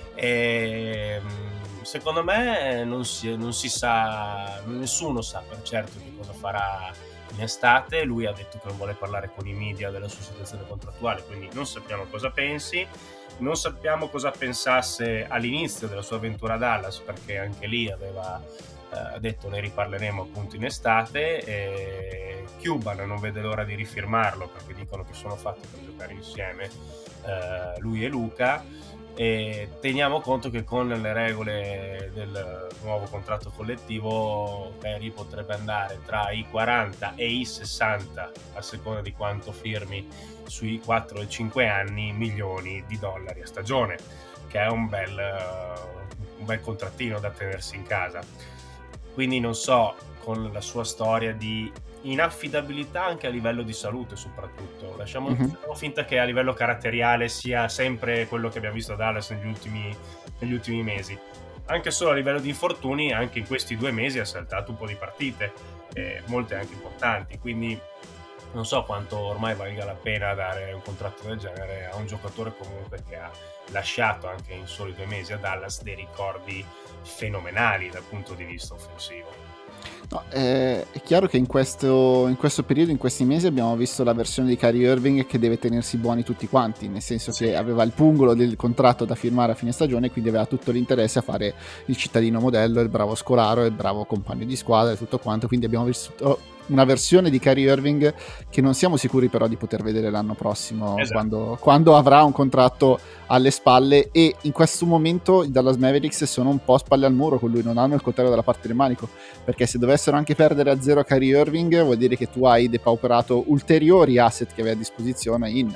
e secondo me non si, non si sa, nessuno sa per certo che cosa farà in estate. Lui ha detto che non vuole parlare con i media della sua situazione contrattuale, quindi non sappiamo cosa pensi, non sappiamo cosa pensasse all'inizio della sua avventura a Dallas, perché anche lì aveva eh, detto ne riparleremo appunto in estate, e Cuban non vede l'ora di rifirmarlo perché dicono che sono fatti per giocare insieme, eh, lui e Luka. E teniamo conto che con le regole del nuovo contratto collettivo Kyrie potrebbe andare tra i quaranta e i sessanta, a seconda di quanto firmi, sui quattro e cinque anni, milioni di dollari a stagione, che è un bel, uh, un bel contrattino da tenersi in casa. Quindi non so, con la sua storia di inaffidabilità anche a livello di salute soprattutto, lasciamo mm-hmm. finta che a livello caratteriale sia sempre quello che abbiamo visto a Dallas negli ultimi, negli ultimi mesi, anche solo a livello di infortuni anche in questi due mesi ha saltato un po' di partite, eh, molte anche importanti, quindi non so quanto ormai valga la pena dare un contratto del genere a un giocatore comunque che ha lasciato anche in soli due mesi a Dallas dei ricordi fenomenali dal punto di vista offensivo. No, eh, è chiaro che in questo, in questo periodo, in questi mesi abbiamo visto la versione di Kyrie Irving che deve tenersi buoni tutti quanti, nel senso sì. che aveva il pungolo del contratto da firmare a fine stagione, quindi aveva tutto l'interesse a fare il cittadino modello, il bravo scolaro, il bravo compagno di squadra e tutto quanto, quindi abbiamo visto una versione di Kyrie Irving che non siamo sicuri però di poter vedere l'anno prossimo, esatto. quando, quando avrà un contratto alle spalle, e in questo momento i Dallas Mavericks sono un po' spalle al muro con lui, non hanno il coltello dalla parte del manico, perché se dovessero anche perdere a zero Kyrie Irving vuol dire che tu hai depauperato ulteriori asset che avevi a disposizione in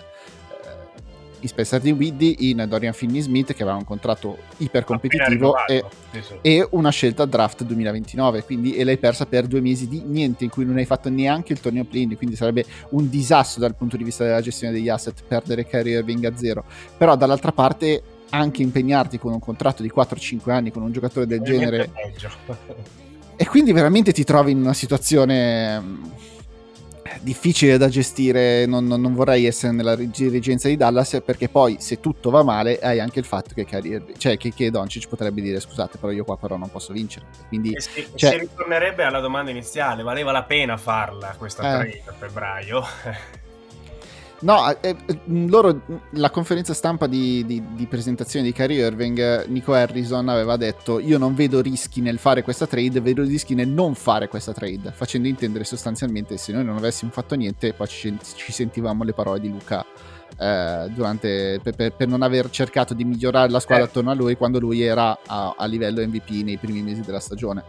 in Spencer Dinwiddie, in Dorian Finney-Smith che aveva un contratto iper competitivo e, sì, sì. e una scelta draft duemilaventinove, quindi e l'hai persa per due mesi di niente in cui non hai fatto neanche il torneo play-in, quindi sarebbe un disastro dal punto di vista della gestione degli asset perdere Kyrie Irving a zero. Però dall'altra parte anche impegnarti con un contratto di quattro cinque anni con un giocatore del genere e quindi veramente ti trovi in una situazione difficile da gestire. Non, non, non vorrei essere nella dirigenza di Dallas, perché poi se tutto va male hai anche il fatto che Kyrie, cioè che, che Doncic potrebbe dire scusate però io qua però non posso vincere, quindi e si, cioè... si ritornerebbe alla domanda iniziale, valeva la pena farla questa eh. trade a febbraio? No, eh, loro, la conferenza stampa di, di, di presentazione di Kyrie Irving, Nico Harrison aveva detto io non vedo rischi nel fare questa trade, vedo rischi nel non fare questa trade, facendo intendere sostanzialmente se noi non avessimo fatto niente poi ci, ci sentivamo le parole di Luka eh, durante, per, per, per non aver cercato di migliorare la squadra eh. attorno a lui quando lui era a, a livello M V P nei primi mesi della stagione.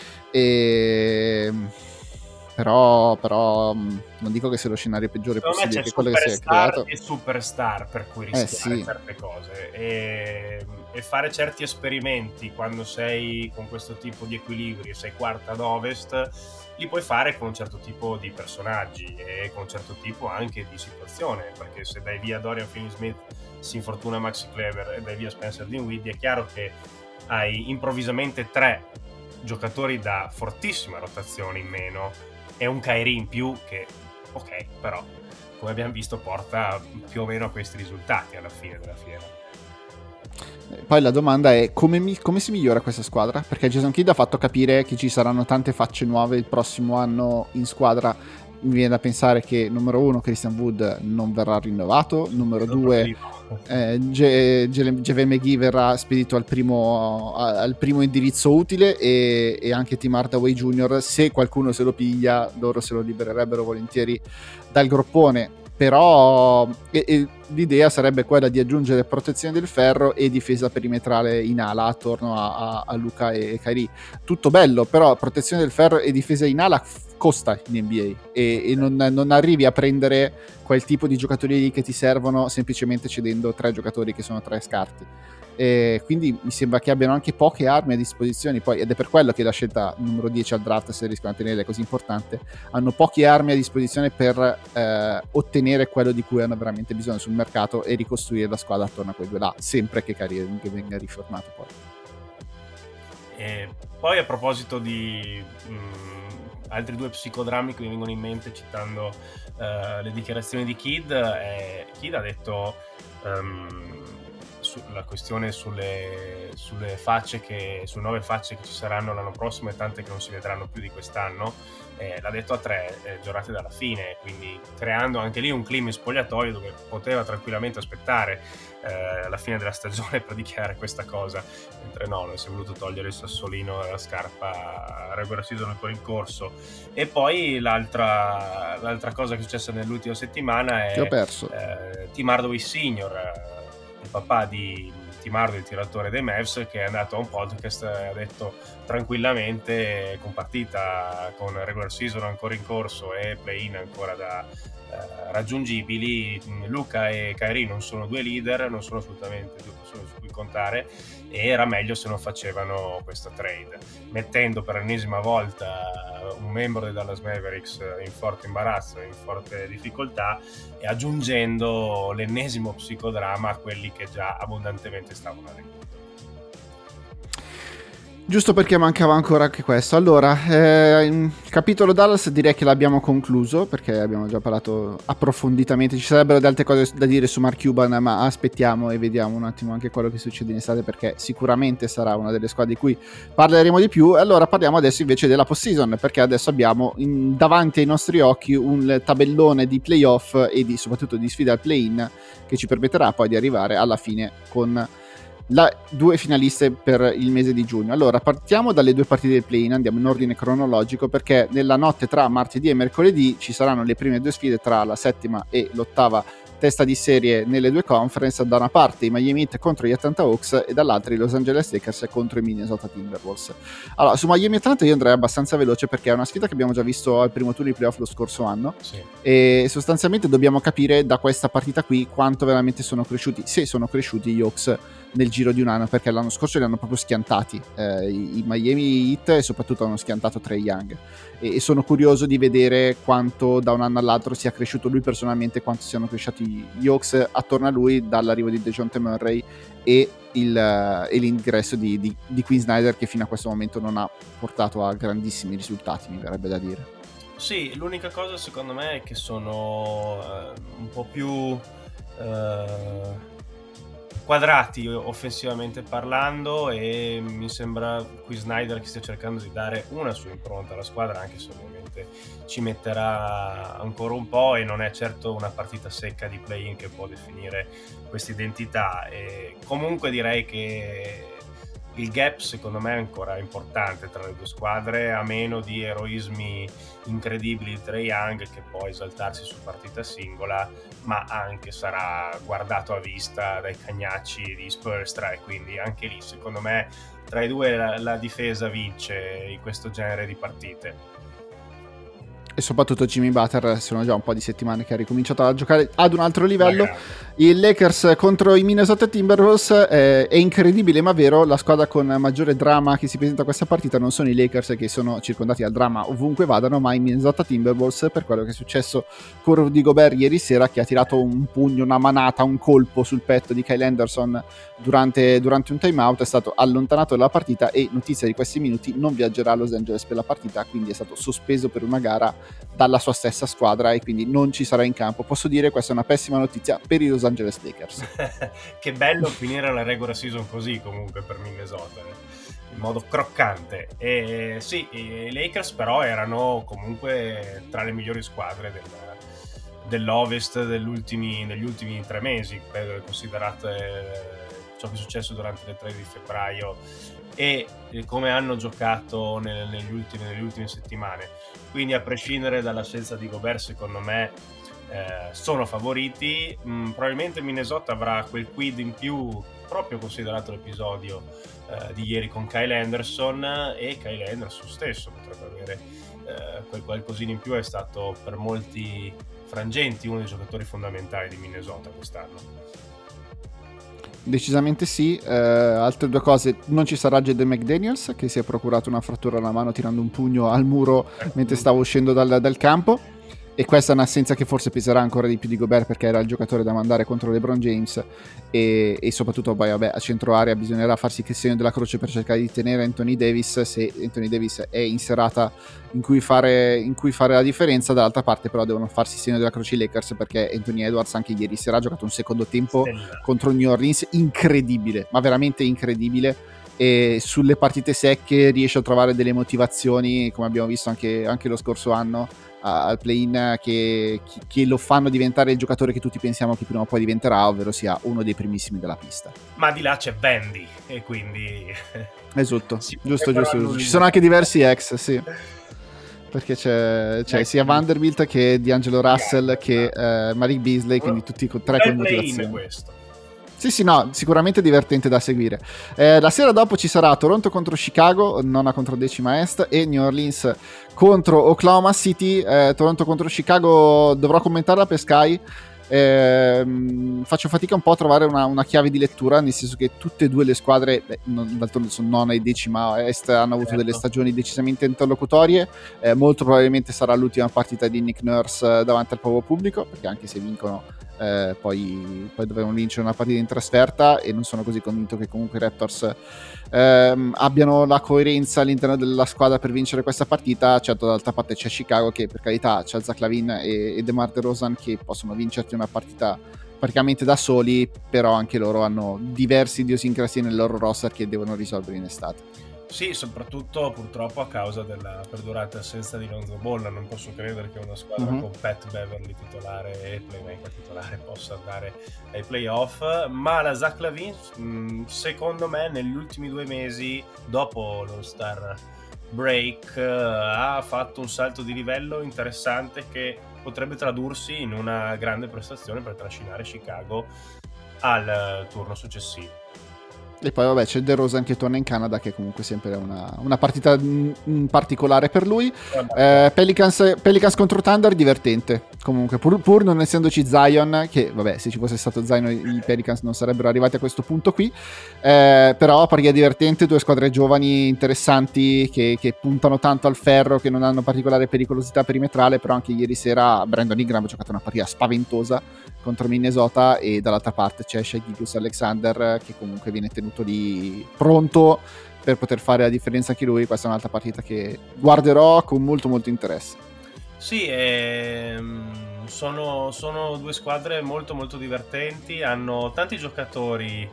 E... Però, però non dico che sia lo scenario peggiore secondo possibile, che quello che si è creato e superstar per cui rischiare eh, sì. certe cose e, e fare certi esperimenti quando sei con questo tipo di equilibri, sei quarta ad ovest, li puoi fare con un certo tipo di personaggi e con un certo tipo anche di situazione, perché se dai via Dorian Finney-Smith, si infortuna Maxi Kleber e dai via Spencer Dinwiddie, è chiaro che hai improvvisamente tre giocatori da fortissima rotazione in meno e un Kyrie in più che, ok, però come abbiamo visto porta più o meno a questi risultati alla fine della fiera. Poi la domanda è come, mi, come si migliora questa squadra? Perché Jason Kidd ha fatto capire che ci saranno tante facce nuove il prossimo anno in squadra. Mi viene da pensare che numero uno Christian Wood non verrà rinnovato, numero due eh, Javel McGee verrà spedito al primo, al primo indirizzo utile e, e anche Tim Hardaway Junior, se qualcuno se lo piglia loro se lo libererebbero volentieri dal groppone. Però e, e, l'idea sarebbe quella di aggiungere protezione del ferro e difesa perimetrale in ala attorno a, a, a Luka e Kyrie. Tutto bello, però protezione del ferro e difesa in ala costa in N B A e, e non, non arrivi a prendere quel tipo di giocatori lì che ti servono semplicemente cedendo tre giocatori che sono tre scarti. e quindi mi sembra che abbiano anche poche armi a disposizione poi, ed è per quello che la scelta numero dieci al draft, se riescono a tenerla, è così importante. Hanno poche armi a disposizione per eh, ottenere quello di cui hanno veramente bisogno sul mercato e ricostruire la squadra attorno a quei due là, sempre che, Kyrie che venga riformato poi. E poi a proposito di mh, altri due psicodrammi che mi vengono in mente citando uh, le dichiarazioni di Kidd, eh, Kidd ha detto um, su, la questione sulle, sulle facce che, su nuove facce che ci saranno l'anno prossimo e tante che non si vedranno più di quest'anno, eh, l'ha detto a tre eh, giornate dalla fine, quindi creando anche lì un clima in spogliatoio dove poteva tranquillamente aspettare eh, la fine della stagione per dichiarare questa cosa, mentre no, non si è voluto togliere il sassolino dalla scarpa, regular season ancora in corso. E poi l'altra, l'altra cosa che è successa nell'ultima settimana è che ho perso. Eh, Tim Hardaway Senior, il papà di Tim Hardaway, il tiratore dei Mavs, che è andato a un podcast e ha detto tranquillamente, con partita con regular season ancora in corso e play-in ancora da eh, raggiungibili, Luka e Kyrie non sono due leader, non sono assolutamente due persone su cui contare, e era meglio se non facevano questa trade, mettendo per l'ennesima volta un membro dei Dallas Mavericks in forte imbarazzo, in forte difficoltà, e aggiungendo l'ennesimo psicodramma a quelli che già abbondantemente stavano arrivando. Giusto perché mancava ancora anche questo. Allora, eh, il capitolo Dallas direi che l'abbiamo concluso, perché abbiamo già parlato approfonditamente. Ci sarebbero altre cose da dire su Mark Cuban, ma aspettiamo e vediamo un attimo anche quello che succede in estate, perché sicuramente sarà una delle squadre di cui parleremo di più. Allora parliamo adesso invece della post-season, perché adesso abbiamo in, davanti ai nostri occhi un tabellone di playoff e di, soprattutto di sfida al play-in, che ci permetterà poi di arrivare alla fine con la due finaliste per il mese di giugno. Allora partiamo dalle due partite del play-in, andiamo in ordine cronologico, perché nella notte tra martedì e mercoledì ci saranno le prime due sfide tra la settima e l'ottava testa di serie nelle due conference, da una parte i Miami Heat contro gli Atlanta Hawks e dall'altra i Los Angeles Lakers contro i Minnesota Timberwolves. Allora, su Miami Atlanta io andrei abbastanza veloce, perché è una sfida che abbiamo già visto al primo turno di playoff lo scorso anno, sì. E sostanzialmente dobbiamo capire da questa partita qui quanto veramente sono cresciuti, se sono cresciuti gli Hawks nel giro di un anno, perché l'anno scorso li hanno proprio schiantati eh, i, i Miami Heat, e soprattutto hanno schiantato Trae Young, e, e sono curioso di vedere quanto da un anno all'altro sia cresciuto lui personalmente, quanto siano cresciuti gli Hawks attorno a lui dall'arrivo di DeJounte Murray e, il, e l'ingresso di, di, di Quinn Snyder, che fino a questo momento non ha portato a grandissimi risultati, mi verrebbe da dire. Sì, l'unica cosa secondo me è che sono uh, un po' più uh... quadrati offensivamente parlando, e mi sembra qui Snyder che stia cercando di dare una sua impronta alla squadra, anche se ovviamente ci metterà ancora un po', e non è certo una partita secca di play-in che può definire questa identità. E comunque direi che il gap secondo me è ancora importante tra le due squadre, a meno di eroismi incredibili di Trae Young, che può esaltarsi su partita singola, ma anche sarà guardato a vista dai cagnacci di Spoelstra, e quindi anche lì secondo me tra i due la, la difesa vince in questo genere di partite. E soprattutto Jimmy Butler, sono già un po' di settimane che ha ricominciato a giocare ad un altro livello. Il Lakers contro i Minnesota Timberwolves, eh, è incredibile ma vero, la squadra con maggiore dramma che si presenta a questa partita non sono i Lakers, che sono circondati dal dramma ovunque vadano, ma i Minnesota Timberwolves, per quello che è successo con Rudy Gobert ieri sera, che ha tirato un pugno, una manata, un colpo sul petto di Kyle Anderson durante, durante un timeout, è stato allontanato dalla partita, e notizia di questi minuti non viaggerà a Los Angeles per la partita, quindi è stato sospeso per una gara dalla sua stessa squadra, e quindi non ci sarà in campo. Posso dire questa è una pessima notizia per i Los Angeles Lakers. Che bello finire la regular season così, comunque, per Minnesota, eh? In modo croccante. E sì, i Lakers però erano comunque tra le migliori squadre del, dell'Ovest degli ultimi, negli ultimi tre mesi, credo, considerate ciò che è successo durante le trade di febbraio e come hanno giocato nel, negli ultimi, nelle ultime settimane. Quindi, a prescindere dall'assenza di Gobert, secondo me eh, sono favoriti. Mm, probabilmente Minnesota avrà quel quid in più, proprio considerato l'episodio eh, di ieri con Kyle Anderson, e Kyle Anderson stesso potrebbe avere eh, quel qualcosina in più. È stato per molti frangenti uno dei giocatori fondamentali di Minnesota quest'anno. decisamente sì. Eh, altre due cose, non ci sarà Jaden McDaniels, che si è procurato una frattura alla mano tirando un pugno al muro mentre stava uscendo dal, dal campo, e questa è un'assenza che forse peserà ancora di più di Gobert, perché era il giocatore da mandare contro LeBron James, e, e soprattutto poi vabbè, a centro area bisognerà farsi il segno della croce per cercare di tenere Anthony Davis, se Anthony Davis è in serata in cui fare, in cui fare la differenza. Dall'altra parte però devono farsi il segno della croce i Lakers, perché Anthony Edwards anche ieri sera ha giocato un secondo tempo Stella. contro New Orleans incredibile, ma veramente incredibile, e sulle partite secche riesce a trovare delle motivazioni, come abbiamo visto anche, anche lo scorso anno al play-in, che, che lo fanno diventare il giocatore che tutti pensiamo che prima o poi diventerà, ovvero sia uno dei primissimi della pista. Ma di là c'è Vandy, e quindi esatto, giusto, giusto, giusto. Ci sono anche diversi ex, sì, perché c'è, c'è sia Vanderbilt che D'Angelo Russell yeah, che eh, Malik Beasley, quindi tutti con tre con motivazioni. Questo. Sì, sì, no, sicuramente divertente da seguire. Eh, la sera dopo ci sarà Toronto contro Chicago, nona contro decima Est, e New Orleans contro Oklahoma City. eh, Toronto contro Chicago dovrò commentarla per Sky. Eh, faccio fatica un po' a trovare una, una chiave di lettura, nel senso che tutte e due le squadre, beh, non, d'altronde sono nona e decima Est, hanno avuto certo. delle stagioni decisamente interlocutorie. Eh, molto probabilmente sarà l'ultima partita di Nick Nurse davanti al proprio pubblico, perché anche se vincono Eh, poi, poi dovevano vincere una partita in trasferta, e non sono così convinto che comunque i Raptors ehm, abbiano la coerenza all'interno della squadra per vincere questa partita. Certo, dall'altra parte c'è Chicago, che per carità c'è Zach LaVine e, e DeMar DeRozan, che possono vincerti una partita praticamente da soli, però anche loro hanno diverse idiosincrasie nel loro roster che devono risolvere in estate. Sì, soprattutto purtroppo a causa della perdurata assenza di Lonzo Ball. Non posso credere che una squadra mm-hmm. con Pat Beverly titolare e playmaker titolare possa andare ai playoff, ma la Zach LaVine secondo me negli ultimi due mesi dopo lo Star break ha fatto un salto di livello interessante che potrebbe tradursi in una grande prestazione per trascinare Chicago al turno successivo. E poi vabbè c'è DeRozan che torna in Canada, che comunque sempre è una, una partita in particolare per lui. eh, Pelicans, Pelicans contro Thunder, divertente comunque, pur, pur non essendoci Zion, che vabbè se ci fosse stato Zion i Pelicans non sarebbero arrivati a questo punto qui. eh, però partita divertente, due squadre giovani interessanti che, che puntano tanto al ferro, che non hanno particolare pericolosità perimetrale, però anche ieri sera Brandon Ingram ha giocato una partita spaventosa contro Minnesota, e dall'altra parte c'è Shai Gilgeous-Alexander, che comunque viene tenuto lì pronto per poter fare la differenza anche lui. Questa è un'altra partita che guarderò con molto molto interesse. Sì, ehm, sono, sono due squadre molto molto divertenti, hanno tanti giocatori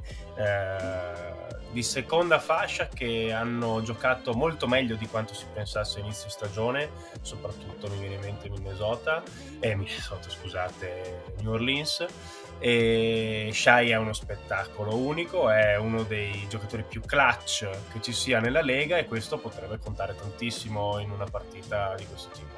eh, di seconda fascia che hanno giocato molto meglio di quanto si pensasse a inizio stagione, soprattutto mi viene in mente Minnesota, eh, Minnesota scusate, New Orleans. E Shai è uno spettacolo unico, è uno dei giocatori più clutch che ci sia nella Lega, e questo potrebbe contare tantissimo in una partita di questo tipo.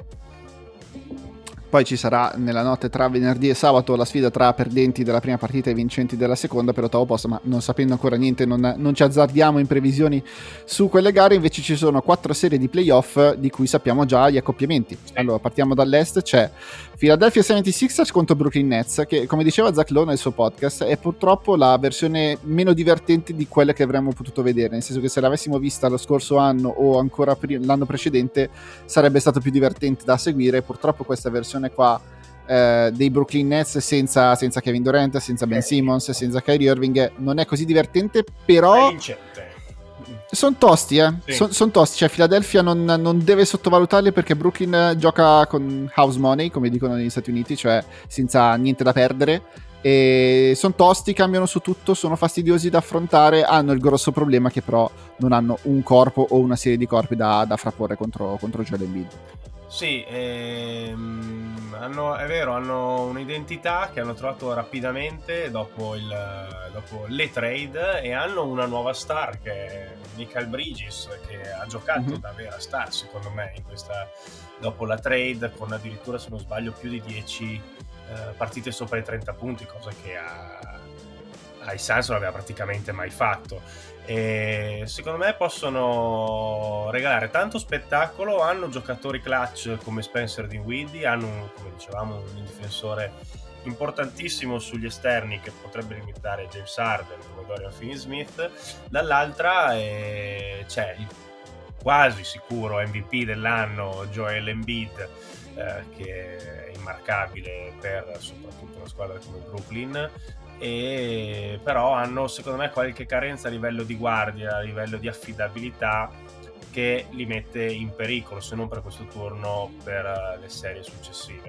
Poi ci sarà nella notte tra venerdì e sabato la sfida tra perdenti della prima partita e vincenti della seconda per l'ottavo posto, ma non sapendo ancora niente non, non ci azzardiamo in previsioni su quelle gare. Invece ci sono quattro serie di playoff di cui sappiamo già gli accoppiamenti. Allora partiamo dall'est, c'è Philadelphia seventy-sixers contro Brooklyn Nets, che come diceva Zach Lowe nel suo podcast è purtroppo la versione meno divertente di quelle che avremmo potuto vedere, nel senso che se l'avessimo vista lo scorso anno o ancora pri- l'anno precedente sarebbe stato più divertente da seguire. Purtroppo questa versione qua eh, dei Brooklyn Nets senza, senza Kevin Durant, senza Ben Simmons, senza Kyrie Irving non è così divertente, però sono tosti eh sì. sono son tosti, cioè Philadelphia non, non deve sottovalutarli, perché Brooklyn gioca con house money, come dicono negli Stati Uniti, cioè senza niente da perdere, e sono tosti, cambiano su tutto, sono fastidiosi da affrontare, hanno il grosso problema che però non hanno un corpo o una serie di corpi da, da frapporre contro, contro Joel Embiid. Sì, ehm, hanno, è vero, hanno un'identità che hanno trovato rapidamente dopo, il, dopo le trade, e hanno una nuova star che è Mikal Bridges, che ha giocato mm-hmm. da vera star secondo me in questa, dopo la trade, con addirittura se non sbaglio più di dieci eh, partite sopra i trenta punti, cosa che a, ai Suns non aveva praticamente mai fatto. E secondo me possono regalare tanto spettacolo, hanno giocatori clutch come Spencer Dinwiddie, hanno come dicevamo un difensore importantissimo sugli esterni che potrebbe limitare James Harden come Dorian Finney-Smith, dall'altra eh, c'è il quasi sicuro M V P dell'anno Joel Embiid, eh, che è immarcabile per soprattutto una squadra come Brooklyn, e però hanno secondo me qualche carenza a livello di guardia, a livello di affidabilità, che li mette in pericolo, se non per questo turno, per le serie successive.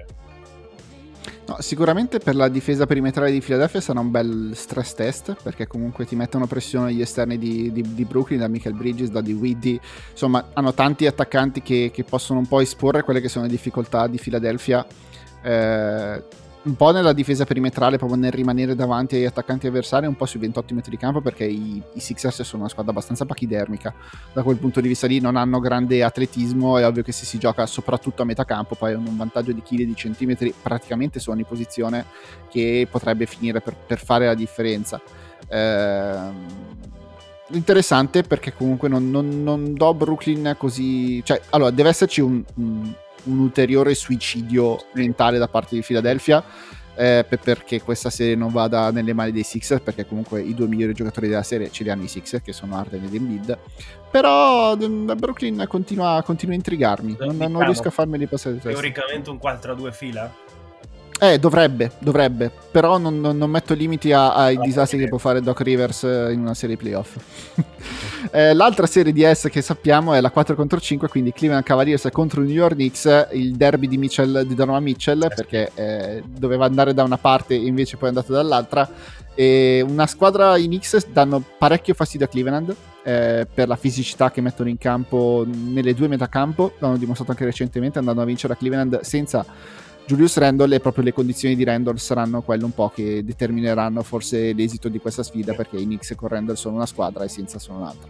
No, sicuramente per la difesa perimetrale di Philadelphia sarà un bel stress test, perché comunque ti mettono pressione gli esterni di, di, di Brooklyn, da Michael Bridges, da Dinwiddie, insomma hanno tanti attaccanti che, che possono un po' esporre quelle che sono le difficoltà di Philadelphia, eh, un po' nella difesa perimetrale, proprio nel rimanere davanti agli attaccanti avversari, un po' sui ventotto metri di campo, perché i, i Sixers sono una squadra abbastanza pachidermica da quel punto di vista lì, non hanno grande atletismo, è ovvio che se si gioca soprattutto a metà campo poi hanno un vantaggio di chili e di centimetri praticamente su ogni posizione, che potrebbe finire per, per fare la differenza. Ehm interessante, perché comunque non, non, non do Brooklyn così, cioè allora deve esserci un, un un ulteriore suicidio mentale da parte di Philadelphia, eh, per, perché questa serie non vada nelle mani dei Sixers, perché comunque i due migliori giocatori della serie ce li hanno i Sixers, che sono Harden ed Embiid, però m- Brooklyn continua, continua a intrigarmi, non, Diciamo, non riesco a farmeli passare di testa. Teoricamente un quattro a due fila? Eh, dovrebbe, dovrebbe, però non, non, non metto limiti a- ai ah, disastri che può fare Doc Rivers in una serie playoff. eh, l'altra serie di S che sappiamo è la quattro contro cinque, quindi Cleveland Cavaliers contro New York Knicks, il derby di, Mitchell, di Donovan Mitchell, eh, perché eh, doveva andare da una parte e invece poi è andato dall'altra. E una squadra, i Knicks, danno parecchio fastidio a Cleveland, eh, per la fisicità che mettono in campo nelle due metacampo, l'hanno dimostrato anche recentemente andando a vincere a Cleveland senza Julius Randle, e proprio le condizioni di Randle saranno quelle un po' che determineranno forse l'esito di questa sfida, perché i Knicks con Randle sono una squadra e senza sono un'altra.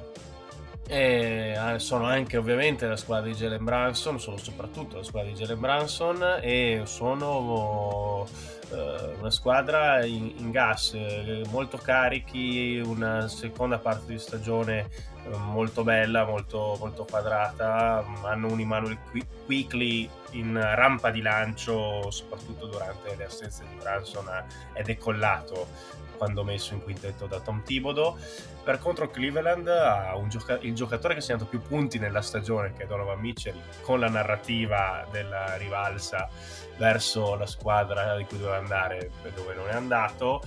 E sono anche ovviamente la squadra di Jalen Brunson, sono soprattutto la squadra di Jalen Brunson, e sono uh, una squadra in, in gas, eh, molto carichi, una seconda parte di stagione molto bella, molto, molto quadrata, hanno un Immanuel Quickley in rampa di lancio, soprattutto durante le assenze di Brunson, è decollato quando messo in quintetto da Tom Thibodeau. Per contro Cleveland ha un gioca- il giocatore che ha segnato più punti nella stagione, che è Donovan Mitchell, con la narrativa della rivalsa verso la squadra di cui doveva andare, dove non è andato,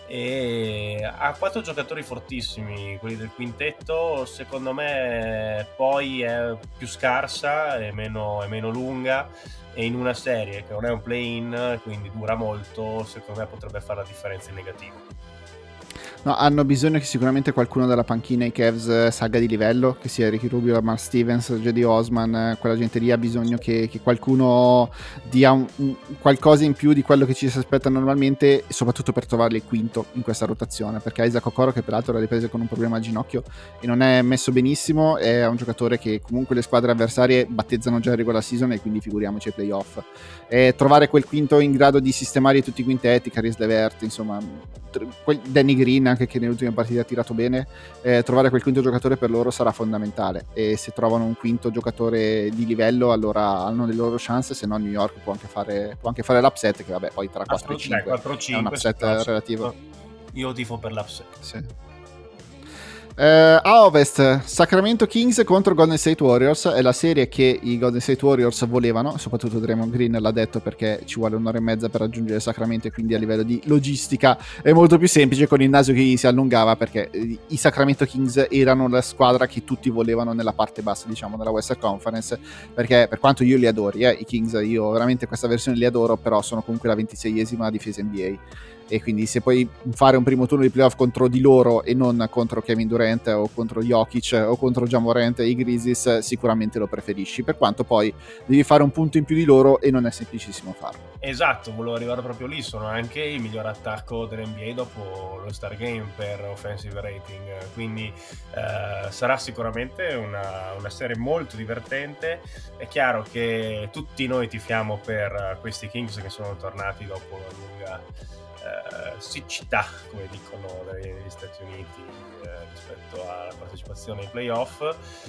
e ha quattro giocatori fortissimi, quelli del quintetto. Secondo me poi è più scarsa, è meno, è meno lunga, e in una serie che non è un play-in, quindi dura molto, secondo me potrebbe fare la differenza in negativo. No, hanno bisogno che sicuramente qualcuno dalla panchina, i Cavs, salga di livello, che sia Ricky Rubio, Mark Stevens, J D Osman, quella gente lì ha bisogno che, che qualcuno dia un, un, qualcosa in più di quello che ci si aspetta normalmente, e soprattutto per trovarli il quinto in questa rotazione, perché Isaac Okoro, che peraltro l'ha ripreso con un problema al ginocchio e non è messo benissimo, è un giocatore che comunque le squadre avversarie battezzano già in regular season, e quindi figuriamoci ai playoff. E trovare quel quinto in grado di sistemare tutti i quintetti, Caris LeVert, insomma, Danny Green anche, che nelle ultime partite ha tirato bene, eh, trovare quel quinto giocatore per loro sarà fondamentale, e se trovano un quinto giocatore di livello allora hanno le loro chance, se no New York può anche fare, può anche fare l'upset, che vabbè poi tra quattro e cinque è un upset relativo. Io tifo per l'upset. Sì. Uh, a Ovest, Sacramento Kings contro Golden State Warriors, è la serie che i Golden State Warriors volevano, soprattutto Draymond Green l'ha detto, perché ci vuole un'ora e mezza per raggiungere Sacramento, e quindi a livello di logistica è molto più semplice, con il naso che si allungava, perché i Sacramento Kings erano la squadra che tutti volevano nella parte bassa, diciamo, della Western Conference, perché per quanto io li adori, eh, i Kings, io veramente questa versione li adoro, però sono comunque la ventiseiesima difesa N B A, e quindi se puoi fare un primo turno di playoff contro di loro e non contro Kevin Durant o contro Jokic o contro Ja Morant e i Grizzlies, sicuramente lo preferisci, per quanto poi devi fare un punto in più di loro e non è semplicissimo farlo. Esatto, volevo arrivare proprio lì, sono anche il miglior attacco dell'N B A dopo lo Star Game per offensive rating, quindi eh, sarà sicuramente una, una serie molto divertente. È chiaro che tutti noi tifiamo per questi Kings che sono tornati dopo una lunga eh, siccità, come dicono negli Stati Uniti, eh, rispetto alla partecipazione ai playoff,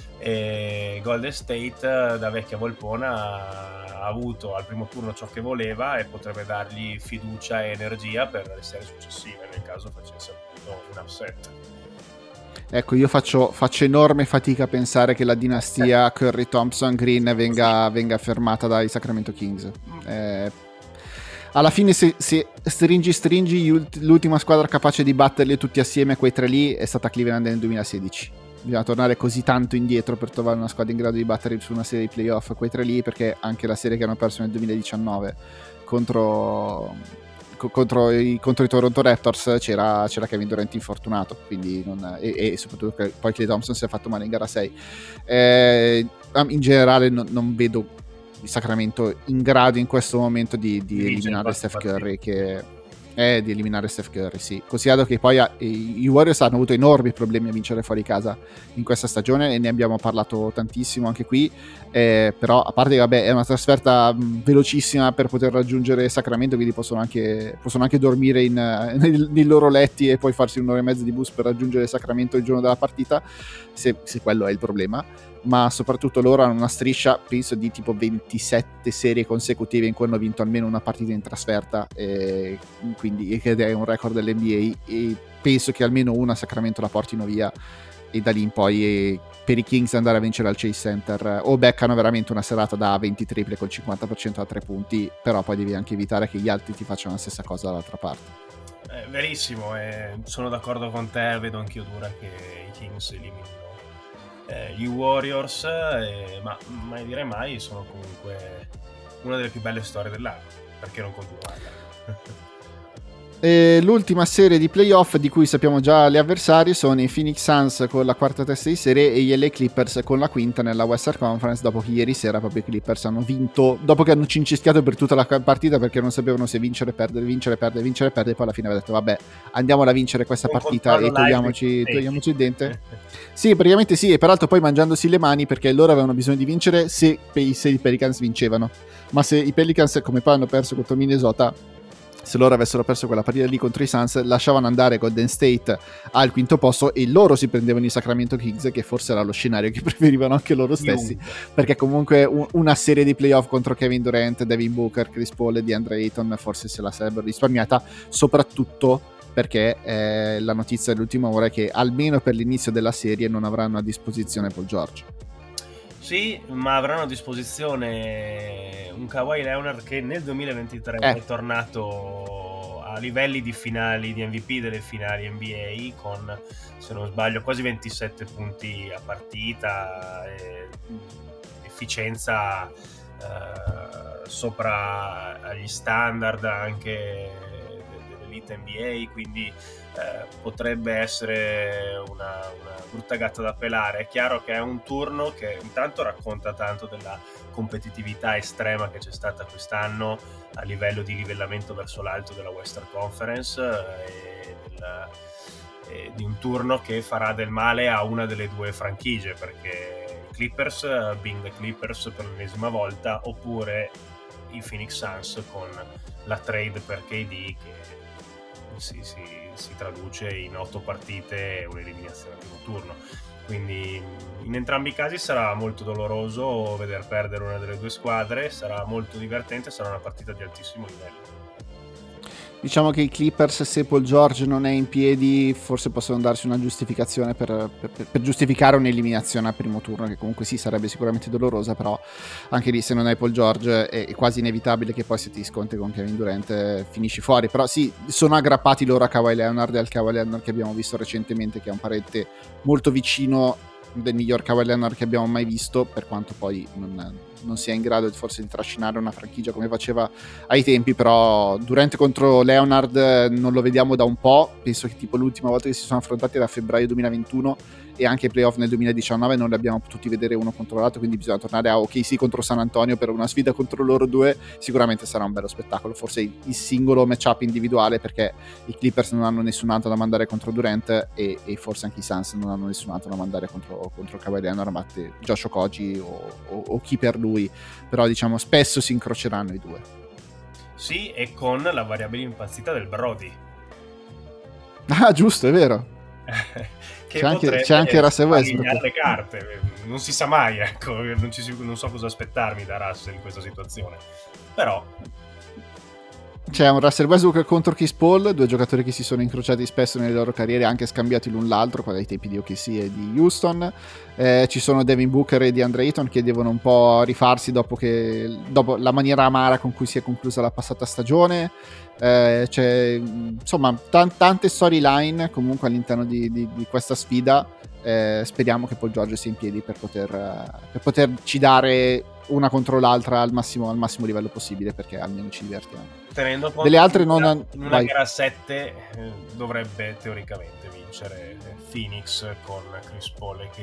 e Golden State da vecchia volpona ha avuto al primo turno ciò che voleva e potrebbe dargli fiducia e energia per le serie successive nel caso facesse appunto un upset. Ecco, io faccio, faccio enorme fatica a pensare che la dinastia Curry, Thompson, Green venga, venga fermata dai Sacramento Kings. Eh, alla fine se, se stringi stringi l'ultima squadra capace di batterli tutti assieme, quei tre lì, è stata Cleveland nel duemilasedici. Bisogna tornare così tanto indietro per trovare una squadra in grado di battere su una serie di playoff quei tre lì, perché anche la serie che hanno perso nel duemiladiciannove contro... Contro i, contro i Toronto Raptors c'era, c'era Kevin Durant infortunato, quindi non, e, e soprattutto che poi Klay Thompson si è fatto male in gara sei. Eh, in generale non, non vedo il Sacramento in grado in questo momento di, di eliminare Steph Curry, che è di eliminare Steph Curry, sì. Considerato che poi i, i Warriors hanno avuto enormi problemi a vincere fuori casa in questa stagione e ne abbiamo parlato tantissimo anche qui, eh, però a parte che vabbè è una trasferta mh, velocissima per poter raggiungere Sacramento, quindi possono anche, possono anche dormire in, uh, nei, nei loro letti e poi farsi un'ora e mezza di bus per raggiungere Sacramento il giorno della partita, se, se quello è il problema. Ma soprattutto loro hanno una striscia, penso, di tipo ventisette serie consecutive in cui hanno vinto almeno una partita in trasferta, e quindi ed è un record dell'N B A, e penso che almeno una Sacramento la portino via, e da lì in poi e per i Kings andare a vincere al Chase Center o beccano veramente una serata da venti triple col cinquanta per cento a tre punti, però poi devi anche evitare che gli altri ti facciano la stessa cosa dall'altra parte. Eh, verissimo, eh, sono d'accordo con te, vedo anch'io dura che i Kings eliminino Eh, gli Warriors, eh, ma mai dire mai, sono comunque una delle più belle storie dell'anno, perché non continuarla? E l'ultima serie di playoff di cui sappiamo già gli avversari sono i Phoenix Suns con la quarta testa di serie e gli L A Clippers con la quinta nella Western Conference, dopo che ieri sera proprio i Clippers hanno vinto, dopo che hanno cincischiato per tutta la partita perché non sapevano se vincere, perdere, vincere, perdere, vincere, perdere, poi alla fine aveva detto vabbè, andiamo a vincere questa Un partita e togliamoci, live, togliamoci il dente. Sì, praticamente sì, e peraltro poi mangiandosi le mani perché loro avevano bisogno di vincere se, se i Pelicans vincevano, ma se i Pelicans, come poi hanno perso contro Minnesota, se loro avessero perso quella partita lì contro i Suns, lasciavano andare Golden State al quinto posto e loro si prendevano i Sacramento Kings, che forse era lo scenario che preferivano anche loro stessi, perché comunque un, una serie di playoff contro Kevin Durant, Devin Booker, Chris Paul e DeAndre Ayton forse se la sarebbero risparmiata, soprattutto perché eh, la notizia dell'ultima ora è che almeno per l'inizio della serie non avranno a disposizione Paul George. Sì, ma avranno a disposizione un Kawhi Leonard che nel duemilaventitré eh. è tornato a livelli di finali di M V P delle finali N B A con, se non sbaglio, quasi ventisette punti a partita, e efficienza eh, sopra agli standard anche dell'elite N B A, quindi eh, potrebbe essere una, una brutta gatta da pelare. È chiaro che è un turno che intanto racconta tanto della competitività estrema che c'è stata quest'anno a livello di livellamento verso l'alto della Western Conference, e, del, e di un turno che farà del male a una delle due franchigie, perché i Clippers being the Clippers per l'ennesima volta, oppure i Phoenix Suns con la trade per K D che si, si, si traduce in otto partite e un'eliminazione al primo turno. Quindi in entrambi i casi sarà molto doloroso veder perdere una delle due squadre, sarà molto divertente, sarà una partita di altissimo livello. Diciamo che i Clippers, se Paul George non è in piedi, forse possono darsi una giustificazione per, per, per giustificare un'eliminazione al primo turno, che comunque sì, sarebbe sicuramente dolorosa, però anche lì se non hai Paul George è, è quasi inevitabile che poi se ti scontri con Kevin Durant finisci fuori. Però sì, sono aggrappati loro a Kawhi Leonard e al Kawhi Leonard che abbiamo visto recentemente, che è un parente molto vicino del miglior Kawhi Leonard che abbiamo mai visto, per quanto poi non, non sia in grado forse di trascinare una franchigia come faceva ai tempi. Però Durant contro Leonard non lo vediamo da un po', penso che tipo l'ultima volta che si sono affrontati era a febbraio duemilaventuno, e anche i playoff nel duemiladiciannove non li abbiamo potuti vedere uno contro l'altro, quindi bisogna tornare a O K C contro San Antonio per una sfida contro loro due. Sicuramente sarà un bello spettacolo, forse il singolo matchup individuale, perché i Clippers non hanno nessun altro da mandare contro Durant e, e forse anche i Suns non hanno nessun altro da mandare contro, contro Kawhi Leonard, ma Josh Okogie o, o, o chi per lui, però diciamo spesso si incroceranno i due. Sì, e con la variabile impazzita del Brody. Ah, giusto, è vero. Che c'è, anche, c'è anche Russell Westbrook. Le carte, non si sa mai, ecco, non, ci, non so cosa aspettarmi da Russell in questa situazione, però c'è un Russell Westbrook contro Chris Paul, due giocatori che si sono incrociati spesso nelle loro carriere, anche scambiati l'un l'altro, qua dai tempi di O K C e di Houston. Eh, ci sono Devin Booker e DeAndre Ayton che devono un po' rifarsi dopo, che, dopo la maniera amara con cui si è conclusa la passata stagione. Eh, c'è insomma t- tante storyline comunque all'interno di, di, di questa sfida. Eh, speriamo che Paul George sia in piedi per, poter, per poterci dare una contro l'altra al massimo, al massimo livello possibile, perché almeno ci divertiamo. Tenendo conto delle altre che non in una vai. gara a sette eh, dovrebbe teoricamente vincere Phoenix con Chris Paul e K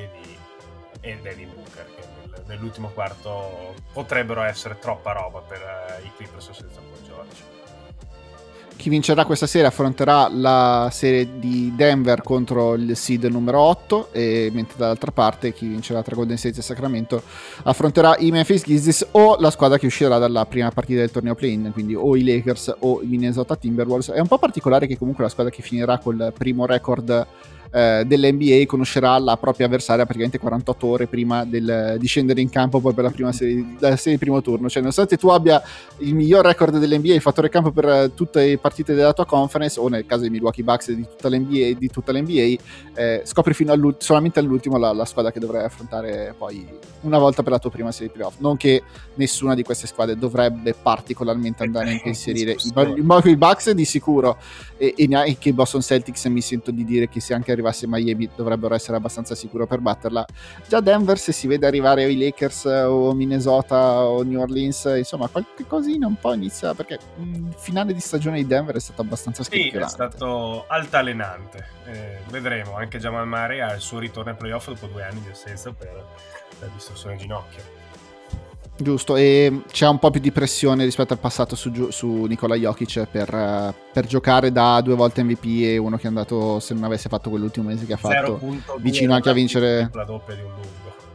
D e Devin Booker, che nel, nell'ultimo quarto potrebbero essere troppa roba per uh, i Clippers senza Paul George. Chi vincerà questa serie affronterà la serie di Denver contro il seed numero otto, e mentre dall'altra parte chi vincerà tra Golden State e Sacramento affronterà i Memphis Grizzlies o la squadra che uscirà dalla prima partita del torneo play-in, quindi o i Lakers o i Minnesota Timberwolves. È un po' particolare che comunque la squadra che finirà col primo record eh, dell'N B A conoscerà la propria avversaria praticamente quarantotto ore prima del, di scendere in campo poi per la prima serie, la serie di primo turno. Cioè, nonostante tu abbia il miglior record dell'N B A, il fattore campo per tutte le partite della tua conference, o nel caso dei Milwaukee Bucks e di tutta l'N B A, di tutta l'N B A, eh, scopri fino all'ult- solamente all'ultimo la, la squadra che dovrai affrontare poi una volta per la tua prima serie di playoff. Non che nessuna di queste squadre dovrebbe particolarmente andare a impensierire i, i Milwaukee Bucks di sicuro, e, e neanche i Boston Celtics mi sento di dire che se anche arrivasse Miami dovrebbero essere abbastanza sicuro per batterla. Già Denver, se si vede arrivare i Lakers o Minnesota o New Orleans, insomma qualche cosina un po' inizia, perché il finale di stagione di Denver è stato abbastanza scricchiolante. Sì, è stato altalenante. Eh, vedremo, anche Jamal Murray ha il suo ritorno ai playoff dopo due anni di assenza per la distorsione ginocchio. Giusto, e c'è un po' più di pressione rispetto al passato su, su Nikola Jokic per, per giocare da due volte M V P e uno che è andato, se non avesse fatto quell'ultimo mese che ha fatto, vicino anche a vincere la doppia di un lungo.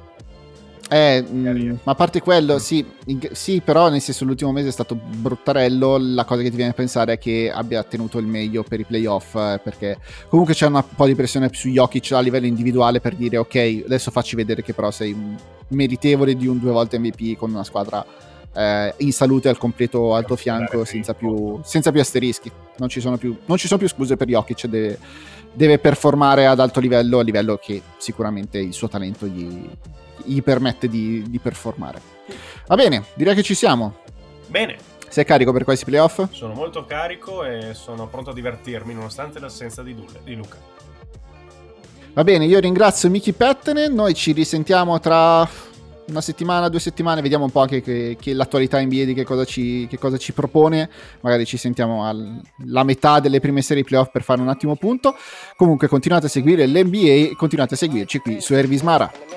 Eh, mh, ma a parte quello, sì, in, sì, però nel senso l'ultimo mese è stato bruttarello. La cosa che ti viene a pensare è che abbia tenuto il meglio per i playoff, eh, perché comunque c'è un po' di pressione su Jokic a livello individuale per dire ok, adesso facci vedere che però sei un meritevole di un due volte M V P con una squadra eh, in salute al completo al tuo fianco, senza più, senza più asterischi. Non ci sono più, non ci sono più scuse per Jokic, deve, deve performare ad alto livello, a livello che sicuramente il suo talento gli, gli permette di, di performare. Va bene, direi che ci siamo. Bene. Sei carico per questi playoff? Sono molto carico e sono pronto a divertirmi nonostante l'assenza di, Dule, di Luca. Va bene, io ringrazio Miki Pettene, noi ci risentiamo tra una settimana, due settimane, vediamo un po' anche che, che l'attualità in B A di che cosa ci, che cosa ci propone, magari ci sentiamo alla metà delle prime serie playoff per fare un attimo punto. Comunque continuate a seguire l'N B A e continuate a seguirci qui su Ervismara.